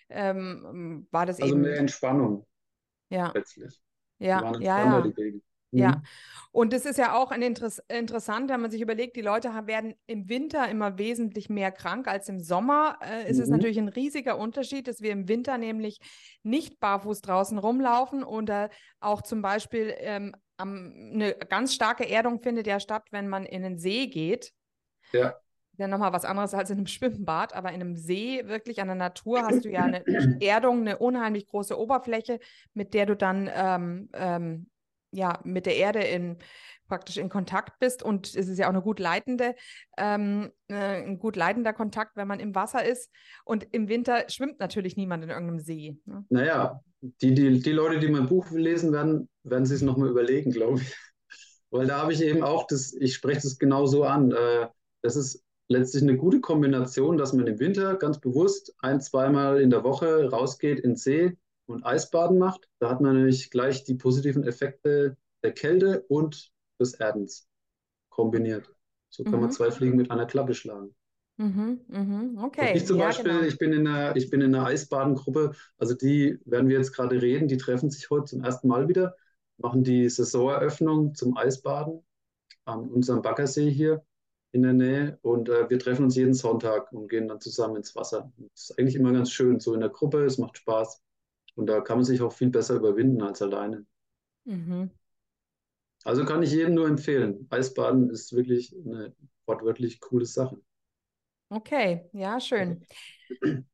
ähm, war das Also eben, mehr Entspannung ja, letztlich. Die ja, waren ja, entspannter, die ja. Babys. Ja, Mhm. und es ist ja auch ein Interess interessant, wenn man sich überlegt, die Leute haben, werden im Winter immer wesentlich mehr krank als im Sommer. Äh, ist es Mhm. natürlich ein riesiger Unterschied, dass wir im Winter nämlich nicht barfuß draußen rumlaufen oder auch zum Beispiel ähm, am, eine ganz starke Erdung findet ja statt, wenn man in den See geht. Ja. Ja, nochmal was anderes als in einem Schwimmbad, aber in einem See, wirklich an der Natur, hast du ja eine Erdung, eine unheimlich große Oberfläche, mit der du dann ähm, ähm, ja, mit der Erde in, praktisch in Kontakt bist. Und es ist ja auch eine gut leitende, ähm, äh, ein gut leitender Kontakt, wenn man im Wasser ist. Und im Winter schwimmt natürlich niemand in irgendeinem See. Ne? Naja, die, die, die Leute, die mein Buch lesen werden, werden sich es nochmal überlegen, glaube ich. Weil da habe ich eben auch das, ich spreche das genau so an. Äh, das ist letztlich eine gute Kombination, dass man im Winter ganz bewusst ein, zweimal in der Woche rausgeht in den See und Eisbaden macht. Da hat man nämlich gleich die positiven Effekte der Kälte und des Erdens kombiniert. So kann man Mhm, zwei Fliegen mit einer Klappe schlagen. mhm, mhm. Und ich Okay, zum ja, Beispiel, genau. ich bin in einer, ich bin in einer Eisbadengruppe, also die werden wir jetzt gerade reden, die treffen sich heute zum ersten Mal wieder, machen die Saisoneröffnung zum Eisbaden an unserem Baggersee hier in der Nähe. Und äh, wir treffen uns jeden Sonntag und gehen dann zusammen ins Wasser. Das ist eigentlich immer ganz schön, so in der Gruppe, es macht Spaß. Und da kann man sich auch viel besser überwinden als alleine. Mhm. Also kann ich jedem nur empfehlen. Eisbaden ist wirklich eine wortwörtlich coole Sache. Okay, ja, schön.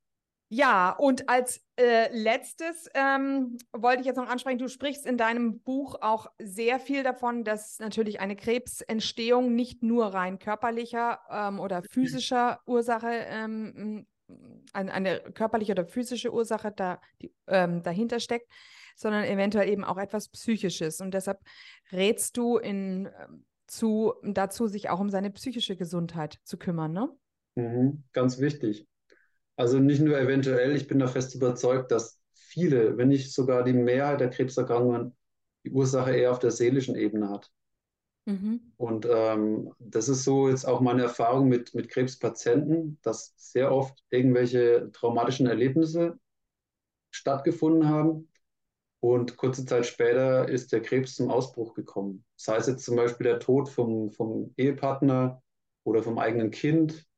Ja, und als äh, letztes ähm, wollte ich jetzt noch ansprechen, du sprichst in deinem Buch auch sehr viel davon, dass natürlich eine Krebsentstehung nicht nur rein körperlicher ähm, oder physischer Ursache, ähm, eine, eine körperliche oder physische Ursache da, die, ähm, dahinter steckt, sondern eventuell eben auch etwas Psychisches. Und deshalb rätst du in, ähm, zu, dazu, sich auch um seine psychische Gesundheit zu kümmern, ne? Mhm, ganz wichtig. Also nicht nur eventuell, ich bin da fest überzeugt, dass viele, wenn nicht sogar die Mehrheit der Krebserkrankungen die Ursache eher auf der seelischen Ebene hat. Mhm. Und ähm, das ist so jetzt auch meine Erfahrung mit, mit Krebspatienten, dass sehr oft irgendwelche traumatischen Erlebnisse stattgefunden haben und kurze Zeit später ist der Krebs zum Ausbruch gekommen. Sei es jetzt zum Beispiel der Tod vom, vom Ehepartner oder vom eigenen Kind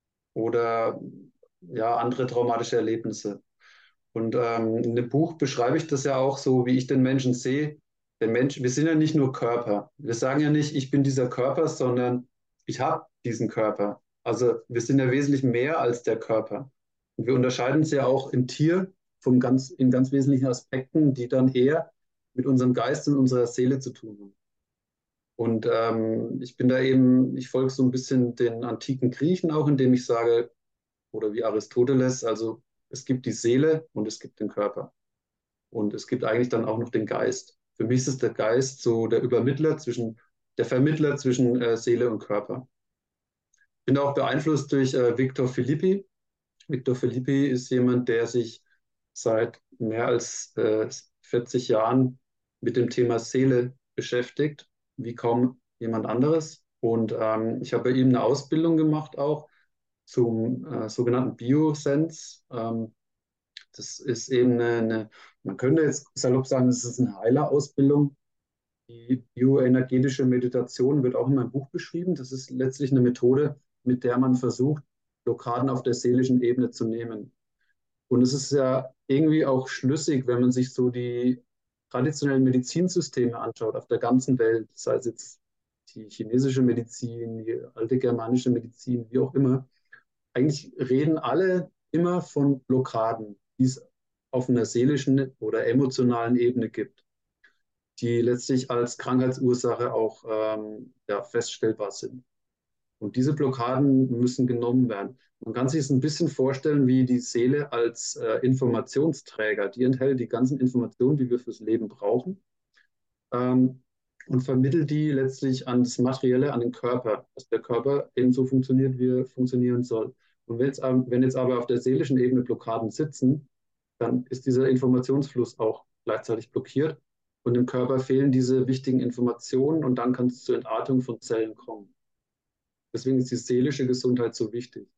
oder ja, andere traumatische Erlebnisse. Und ähm, in dem Buch beschreibe ich das ja auch so, wie ich den Menschen sehe. Der Mensch, wir sind ja nicht nur Körper. Wir sagen ja nicht, ich bin dieser Körper, sondern ich habe diesen Körper. Also wir sind ja wesentlich mehr als der Körper. Und wir unterscheiden uns ja auch im Tier vom ganz, in ganz wesentlichen Aspekten, die dann eher mit unserem Geist und unserer Seele zu tun haben. Und ähm, ich bin da eben, ich folge so ein bisschen den antiken Griechen auch, indem ich sage, oder wie Aristoteles, also es gibt die Seele und es gibt den Körper. Und es gibt eigentlich dann auch noch den Geist. Für mich ist es der Geist so der Übermittler zwischen, der Vermittler zwischen äh, Seele und Körper. Bin auch beeinflusst durch äh, Victor Filippi. Victor Filippi ist jemand, der sich seit mehr als äh, vierzig Jahren mit dem Thema Seele beschäftigt, wie kaum jemand anderes. Und ähm, ich habe bei ihm eine Ausbildung gemacht auch zum äh, sogenannten Biosense. Ähm, das ist eben eine, eine, man könnte jetzt salopp sagen, es ist eine Heilerausbildung. Die bioenergetische Meditation wird auch in meinem Buch beschrieben. Das ist letztlich eine Methode, mit der man versucht, Blockaden auf der seelischen Ebene zu nehmen. Und es ist ja irgendwie auch schlüssig, wenn man sich so die traditionellen Medizinsysteme anschaut auf der ganzen Welt, sei es jetzt die chinesische Medizin, die alte germanische Medizin, wie auch immer. Eigentlich reden alle immer von Blockaden, die es auf einer seelischen oder emotionalen Ebene gibt, die letztlich als Krankheitsursache auch ähm, ja, feststellbar sind. Und diese Blockaden müssen genommen werden. Man kann sich es ein bisschen vorstellen wie die Seele als äh, Informationsträger. Die enthält die ganzen Informationen, die wir fürs Leben brauchen, ähm, und vermittelt die letztlich an das Materielle, an den Körper, dass der Körper eben so funktioniert, wie er funktionieren soll. Und wenn jetzt, wenn jetzt aber auf der seelischen Ebene Blockaden sitzen, dann ist dieser Informationsfluss auch gleichzeitig blockiert und im Körper fehlen diese wichtigen Informationen und dann kann es zur Entartung von Zellen kommen. Deswegen ist die seelische Gesundheit so wichtig.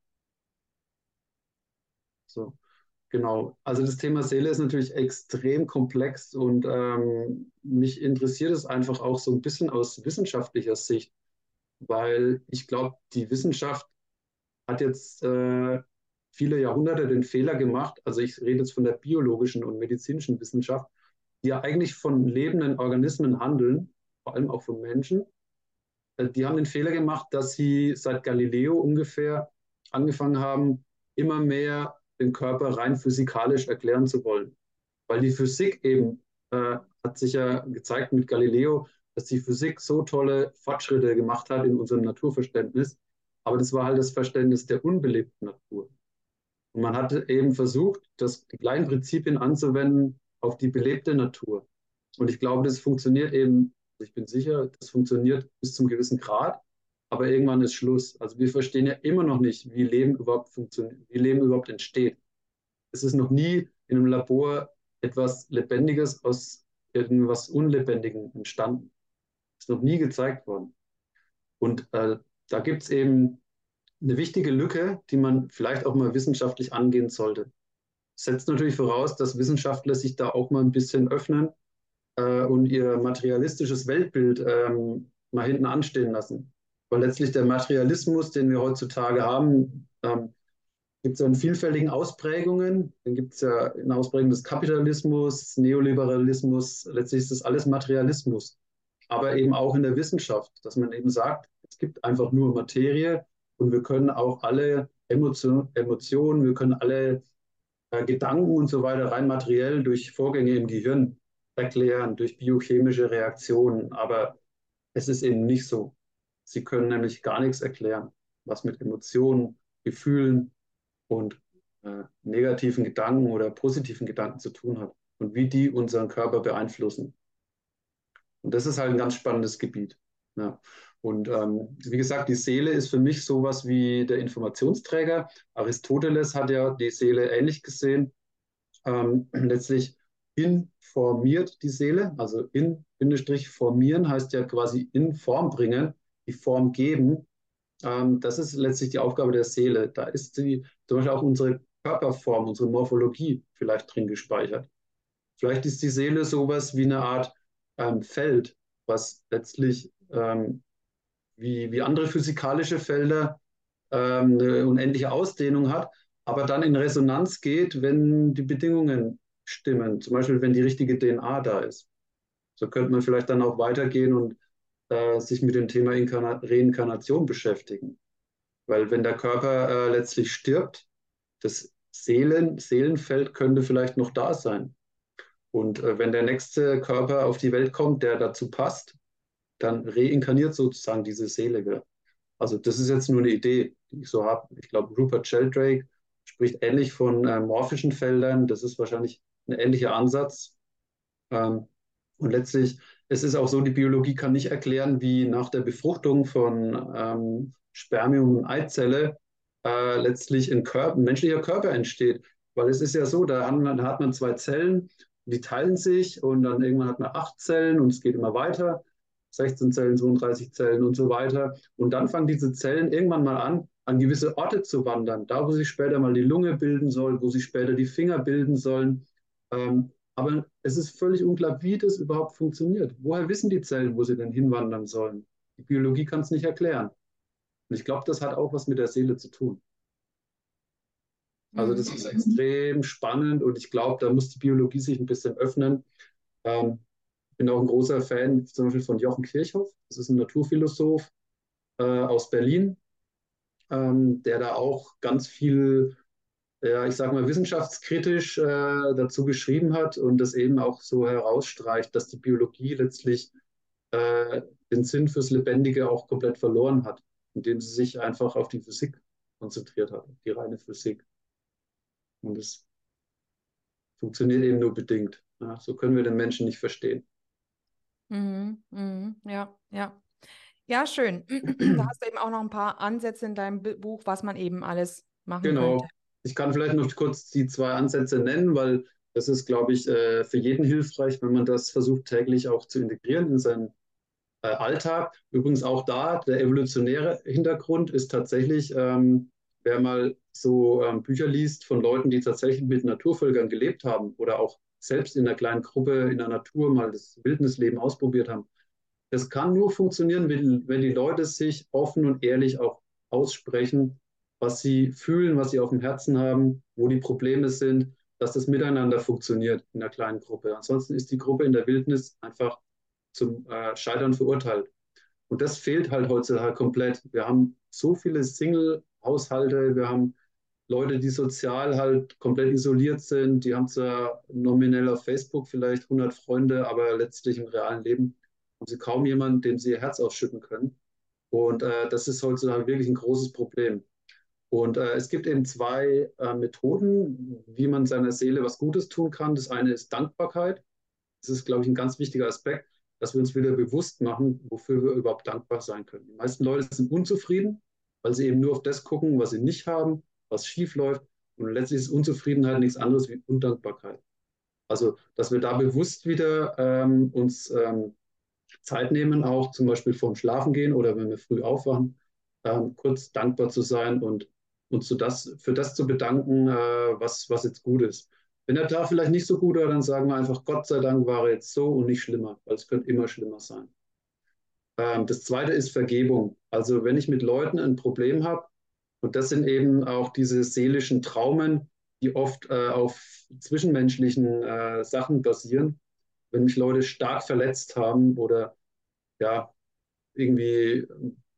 So, genau. Also das Thema Seele ist natürlich extrem komplex und ähm, mich interessiert es einfach auch so ein bisschen aus wissenschaftlicher Sicht, weil ich glaube, die Wissenschaft hat jetzt äh, viele Jahrhunderte den Fehler gemacht. Also ich rede jetzt von der biologischen und medizinischen Wissenschaft, die ja eigentlich von lebenden Organismen handeln, vor allem auch von Menschen. Äh, Die haben den Fehler gemacht, dass sie seit Galileo ungefähr angefangen haben, immer mehr den Körper rein physikalisch erklären zu wollen. Weil die Physik eben äh, hat sich ja gezeigt mit Galileo, dass die Physik so tolle Fortschritte gemacht hat in unserem Naturverständnis. Aber das war halt das Verständnis der unbelebten Natur. Und man hat eben versucht, das, die gleichen Prinzipien anzuwenden auf die belebte Natur. Und ich glaube, das funktioniert eben, also ich bin sicher, das funktioniert bis zum gewissen Grad, aber irgendwann ist Schluss. Also wir verstehen ja immer noch nicht, wie Leben überhaupt funktioniert, wie Leben überhaupt entsteht. Es ist noch nie in einem Labor etwas Lebendiges aus irgendwas Unlebendigem entstanden. Ist noch nie gezeigt worden. Und äh, da gibt es eben eine wichtige Lücke, die man vielleicht auch mal wissenschaftlich angehen sollte. Setzt natürlich voraus, dass Wissenschaftler sich da auch mal ein bisschen öffnen äh, und ihr materialistisches Weltbild ähm, mal hinten anstehen lassen. Weil letztlich der Materialismus, den wir heutzutage haben, ähm, gibt es ja in vielfältigen Ausprägungen. Dann gibt es ja in Ausprägungen des Kapitalismus, Neoliberalismus, letztlich ist das alles Materialismus. Aber eben auch in der Wissenschaft, dass man eben sagt, es gibt einfach nur Materie und wir können auch alle Emotion, Emotionen, wir können alle äh, Gedanken und so weiter rein materiell durch Vorgänge im Gehirn erklären, durch biochemische Reaktionen. Aber es ist eben nicht so. Sie können nämlich gar nichts erklären, was mit Emotionen, Gefühlen und äh, negativen Gedanken oder positiven Gedanken zu tun hat und wie die unseren Körper beeinflussen. Und das ist halt ein ganz spannendes Gebiet. Ja. Und ähm, wie gesagt, die Seele ist für mich sowas wie der Informationsträger. Aristoteles hat ja die Seele ähnlich gesehen. Ähm, letztlich informiert die Seele, also in Bindestrich formieren heißt ja quasi in Form bringen, die Form geben. Ähm, das ist letztlich die Aufgabe der Seele. Da ist sie, zum Beispiel auch unsere Körperform, unsere Morphologie vielleicht drin gespeichert. Vielleicht ist die Seele sowas wie eine Art ähm, Feld, was letztlich ähm, wie, wie andere physikalische Felder ähm, eine unendliche Ausdehnung hat, aber dann in Resonanz geht, wenn die Bedingungen stimmen. Zum Beispiel, wenn die richtige D N A da ist. So könnte man vielleicht dann auch weitergehen und äh, sich mit dem Thema Inkarna Reinkarnation beschäftigen. Weil wenn der Körper äh, letztlich stirbt, das Seelen, Seelenfeld könnte vielleicht noch da sein. Und äh, wenn der nächste Körper auf die Welt kommt, der dazu passt, dann reinkarniert sozusagen diese Seele wieder. Also das ist jetzt nur eine Idee, die ich so habe. Ich glaube, Rupert Sheldrake spricht ähnlich von äh, morphischen Feldern. Das ist wahrscheinlich ein ähnlicher Ansatz. Ähm, und letztlich, es ist auch so, die Biologie kann nicht erklären, wie nach der Befruchtung von ähm, Spermium und Eizelle äh, letztlich ein, Körper, ein menschlicher Körper entsteht. Weil es ist ja so, da hat man, da hat man zwei Zellen, die teilen sich und dann irgendwann hat man acht Zellen und es geht immer weiter. sechzehn Zellen, zweiunddreißig Zellen und so weiter. Und dann fangen diese Zellen irgendwann mal an, an gewisse Orte zu wandern. Da, wo sich später mal die Lunge bilden soll, wo sich später die Finger bilden sollen. Ähm, aber es ist völlig unklar, wie das überhaupt funktioniert. Woher wissen die Zellen, wo sie denn hinwandern sollen? Die Biologie kann es nicht erklären. Und ich glaube, das hat auch was mit der Seele zu tun. Also das Mhm. ist extrem spannend und ich glaube, da muss die Biologie sich ein bisschen öffnen. Ähm, ich bin auch ein großer Fan zum Beispiel von Jochen Kirchhoff. Das ist ein Naturphilosoph äh, aus Berlin, ähm, der da auch ganz viel, ja, ich sage mal, wissenschaftskritisch äh, dazu geschrieben hat und das eben auch so herausstreicht, dass die Biologie letztlich äh, den Sinn fürs Lebendige auch komplett verloren hat, indem sie sich einfach auf die Physik konzentriert hat, die reine Physik. Und es funktioniert eben nur bedingt. Ja, so können wir den Menschen nicht verstehen. Mhm. Mhm. Ja, ja. Ja, schön. Da hast du eben auch noch ein paar Ansätze in deinem Bu- Buch, was man eben alles machen könnte. Genau. Ich kann vielleicht noch kurz die zwei Ansätze nennen, weil das ist, glaube ich, äh, für jeden hilfreich, wenn man das versucht täglich auch zu integrieren in seinen äh, Alltag. Übrigens auch da, der evolutionäre Hintergrund ist tatsächlich, ähm, wer mal so ähm, Bücher liest von Leuten, die tatsächlich mit Naturvölkern gelebt haben oder auch selbst in einer kleinen Gruppe in der Natur mal das Wildnisleben ausprobiert haben. Das kann nur funktionieren, wenn, wenn die Leute sich offen und ehrlich auch aussprechen, was sie fühlen, was sie auf dem Herzen haben, wo die Probleme sind, dass das miteinander funktioniert in einer kleinen Gruppe. Ansonsten ist die Gruppe in der Wildnis einfach zum äh, Scheitern verurteilt. Und das fehlt halt heutzutage komplett. Wir haben so viele Single-Haushalte, wir haben Leute, die sozial halt komplett isoliert sind, die haben zwar nominell auf Facebook vielleicht hundert Freunde, aber letztlich im realen Leben haben sie kaum jemanden, dem sie ihr Herz ausschütten können. Und äh, das ist heutzutage wirklich ein großes Problem. Und äh, es gibt eben zwei äh, Methoden, wie man seiner Seele was Gutes tun kann. Das eine ist Dankbarkeit. Das ist, glaube ich, ein ganz wichtiger Aspekt, dass wir uns wieder bewusst machen, wofür wir überhaupt dankbar sein können. Die meisten Leute sind unzufrieden, weil sie eben nur auf das gucken, was sie nicht haben, was schief läuft. Und letztlich ist Unzufriedenheit nichts anderes wie Undankbarkeit. Also, dass wir da bewusst wieder ähm, uns ähm, Zeit nehmen, auch zum Beispiel vorm Schlafen gehen oder wenn wir früh aufwachen, ähm, kurz dankbar zu sein und uns zu das, für das zu bedanken, äh, was, was jetzt gut ist. Wenn der Tag vielleicht nicht so gut war, dann sagen wir einfach, Gott sei Dank war er jetzt so und nicht schlimmer, weil es könnte immer schlimmer sein. Ähm, das zweite ist Vergebung. Also wenn ich mit Leuten ein Problem habe, und das sind eben auch diese seelischen Traumen, die oft äh, auf zwischenmenschlichen äh, Sachen basieren, wenn mich Leute stark verletzt haben oder ja, irgendwie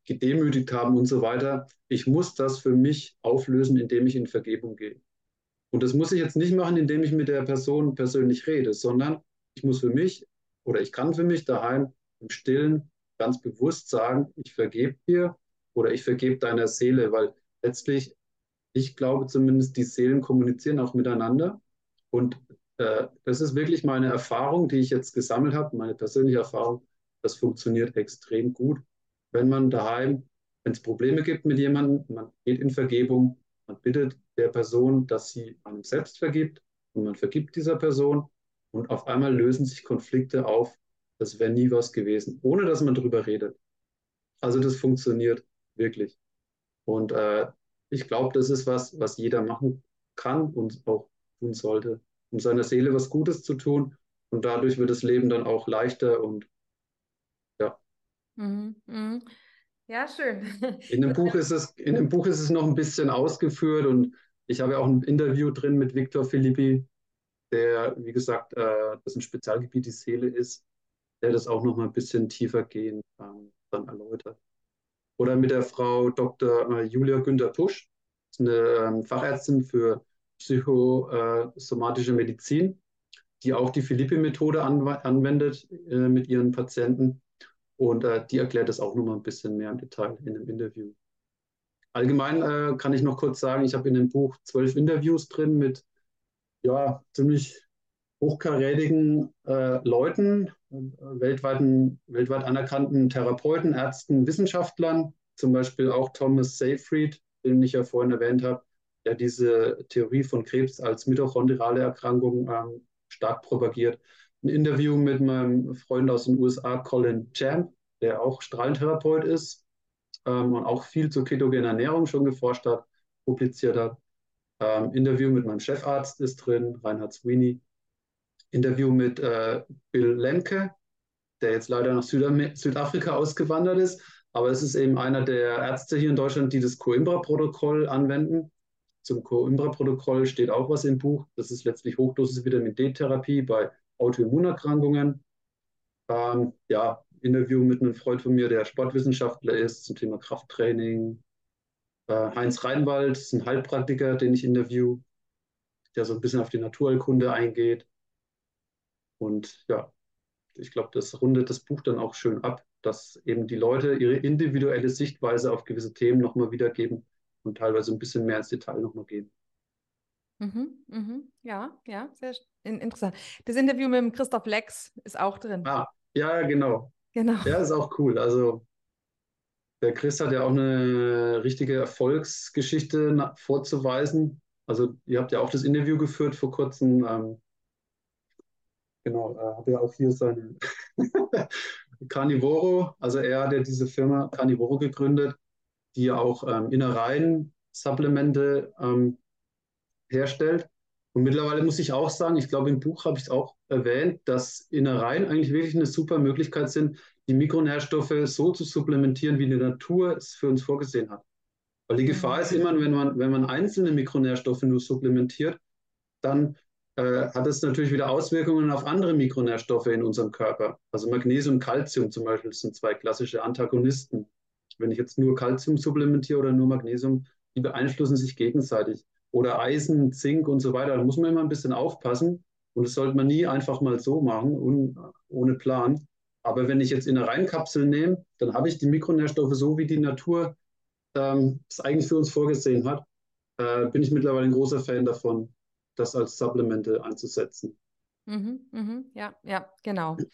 gedemütigt haben und so weiter. Ich muss das für mich auflösen, indem ich in Vergebung gehe. Und das muss ich jetzt nicht machen, indem ich mit der Person persönlich rede, sondern ich muss für mich oder ich kann für mich daheim im Stillen ganz bewusst sagen, ich vergebe dir oder ich vergebe deiner Seele, weil letztlich, ich glaube zumindest, die Seelen kommunizieren auch miteinander. Und äh, das ist wirklich meine Erfahrung, die ich jetzt gesammelt habe, meine persönliche Erfahrung. Das funktioniert extrem gut, wenn man daheim, wenn es Probleme gibt mit jemandem, man geht in Vergebung, man bittet der Person, dass sie einem selbst vergibt und man vergibt dieser Person und auf einmal lösen sich Konflikte auf. Das wäre nie was gewesen, ohne dass man darüber redet. Also das funktioniert wirklich. Und äh, ich glaube, das ist was, was jeder machen kann und auch tun sollte, um seiner Seele was Gutes zu tun. Und dadurch wird das Leben dann auch leichter. Und ja, Mhm. Mhm. Ja, schön. in dem Buch ist es, in dem Buch ist es noch ein bisschen ausgeführt. Und ich habe ja auch ein Interview drin mit Victor Filippi, der, wie gesagt, äh, das ein Spezialgebiet die Seele ist, der das auch noch mal ein bisschen tiefer gehend ähm, dann erläutert. Oder mit der Frau Doktor äh, Julia Günther-Pusch, ist eine ähm, Fachärztin für psychosomatische Medizin, die auch die Filippi-Methode anw anwendet äh, mit ihren Patienten. Und äh, die erklärt das auch nochmal ein bisschen mehr im Detail in einem Interview. Allgemein äh, kann ich noch kurz sagen, ich habe in dem Buch zwölf Interviews drin mit ja, ziemlich hochkarätigen äh, Leuten, äh, weltweiten, weltweit anerkannten Therapeuten, Ärzten, Wissenschaftlern, zum Beispiel auch Thomas Seyfried, den ich ja vorhin erwähnt habe, der diese Theorie von Krebs als mitochondriale Erkrankung ähm, stark propagiert. Ein Interview mit meinem Freund aus den U S A, Colin Champ, der auch Strahlentherapeut ist ähm, und auch viel zur ketogenen Ernährung schon geforscht hat, publiziert hat. Ähm, Interview mit meinem Chefarzt ist drin, Reinhard Sweeney. Interview mit äh, Bill Lemke, der jetzt leider nach Südam Südafrika ausgewandert ist. Aber es ist eben einer der Ärzte hier in Deutschland, die das Coimbra-Protokoll anwenden. Zum Coimbra-Protokoll steht auch was im Buch. Das ist letztlich Hochdosis Vitamin D-Therapie bei Autoimmunerkrankungen. Ähm, ja, Interview mit einem Freund von mir, der Sportwissenschaftler ist, zum Thema Krafttraining. Äh, Heinz Reinwald ist ein Heilpraktiker, den ich interview, der so ein bisschen auf die Naturheilkunde eingeht. Und ja, ich glaube, das rundet das Buch dann auch schön ab, dass eben die Leute ihre individuelle Sichtweise auf gewisse Themen nochmal wiedergeben und teilweise ein bisschen mehr ins Detail nochmal gehen. Mhm. Mhm. Ja, ja, sehr in interessant. Das Interview mit dem Christoph Lex ist auch drin. Ah, ja, genau. Genau. Ja, ist auch cool. Also der Chris hat ja auch eine richtige Erfolgsgeschichte na- vorzuweisen. Also ihr habt ja auch das Interview geführt vor kurzem. Ähm, genau, er hat ja auch hier seine Carnivoro. Also er hat ja diese Firma Carnivoro gegründet, die ja auch ähm, Innereien-Supplemente ähm, herstellt. Und mittlerweile muss ich auch sagen, ich glaube, im Buch habe ich es auch erwähnt, dass Innereien eigentlich wirklich eine super Möglichkeit sind, die Mikronährstoffe so zu supplementieren, wie die Natur es für uns vorgesehen hat. Weil die Gefahr Mhm. ist immer, wenn man, wenn man einzelne Mikronährstoffe nur supplementiert, dann äh, hat es natürlich wieder Auswirkungen auf andere Mikronährstoffe in unserem Körper. Also Magnesium, Calcium zum Beispiel sind zwei klassische Antagonisten. Wenn ich jetzt nur Calcium supplementiere oder nur Magnesium, die beeinflussen sich gegenseitig. Oder Eisen, Zink und so weiter. Da muss man immer ein bisschen aufpassen. Und das sollte man nie einfach mal so machen, un, ohne Plan. Aber wenn ich jetzt in eine Reinkapsel nehme, dann habe ich die Mikronährstoffe so, wie die Natur ähm, es eigentlich für uns vorgesehen hat. Äh, bin ich mittlerweile ein großer Fan davon, das als Supplemente einzusetzen. Mhm. Mhm. Ja, ja, genau.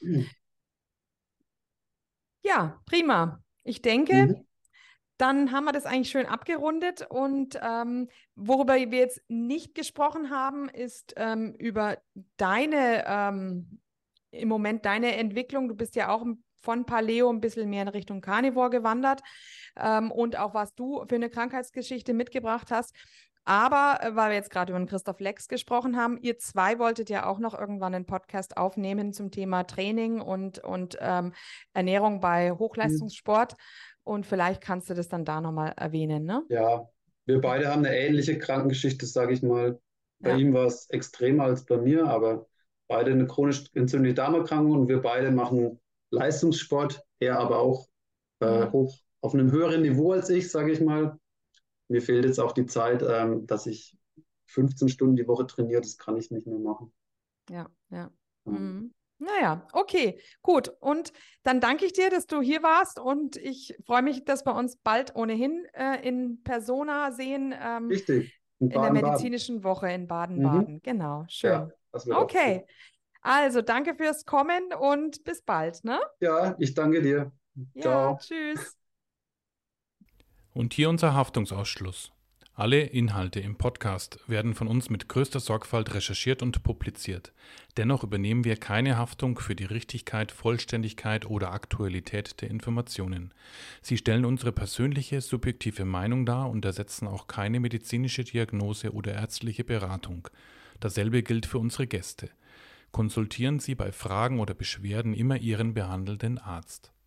Ja, prima. Ich denke, Mhm. dann haben wir das eigentlich schön abgerundet und ähm, worüber wir jetzt nicht gesprochen haben, ist ähm, über deine, ähm, im Moment deine Entwicklung. Du bist ja auch von Paleo ein bisschen mehr in Richtung Carnivore gewandert ähm, und auch was du für eine Krankheitsgeschichte mitgebracht hast. Aber äh, weil wir jetzt gerade über den Christoph Lex gesprochen haben, ihr zwei wolltet ja auch noch irgendwann einen Podcast aufnehmen zum Thema Training und, und ähm, Ernährung bei Hochleistungssport. Und vielleicht kannst du das dann da nochmal erwähnen, ne? Ja, wir beide haben eine ähnliche Krankengeschichte, sage ich mal. Bei Ja. ihm war es extremer als bei mir, aber beide eine chronisch entzündliche Darmerkrankung und wir beide machen Leistungssport, er aber auch äh, Mhm. hoch auf einem höheren Niveau als ich, sage ich mal. Mir fehlt jetzt auch die Zeit, ähm, dass ich fünfzehn Stunden die Woche trainiere, das kann ich nicht mehr machen. Ja, ja. Ja. Mhm. Naja, okay, gut. Und dann danke ich dir, dass du hier warst und ich freue mich, dass wir uns bald ohnehin äh, in Persona sehen, ähm, Richtig, in in der Baden-Baden. medizinischen Woche in Mhm. Baden-Baden. Genau, Ja, schön. das wird auch Okay, schön. also danke fürs Kommen und bis bald, ne? Ja, ich danke dir. Ja, Ciao. tschüss. Und hier unser Haftungsausschluss. Alle Inhalte im Podcast werden von uns mit größter Sorgfalt recherchiert und publiziert. Dennoch übernehmen wir keine Haftung für die Richtigkeit, Vollständigkeit oder Aktualität der Informationen. Sie stellen unsere persönliche, subjektive Meinung dar und ersetzen auch keine medizinische Diagnose oder ärztliche Beratung. Dasselbe gilt für unsere Gäste. Konsultieren Sie bei Fragen oder Beschwerden immer Ihren behandelnden Arzt.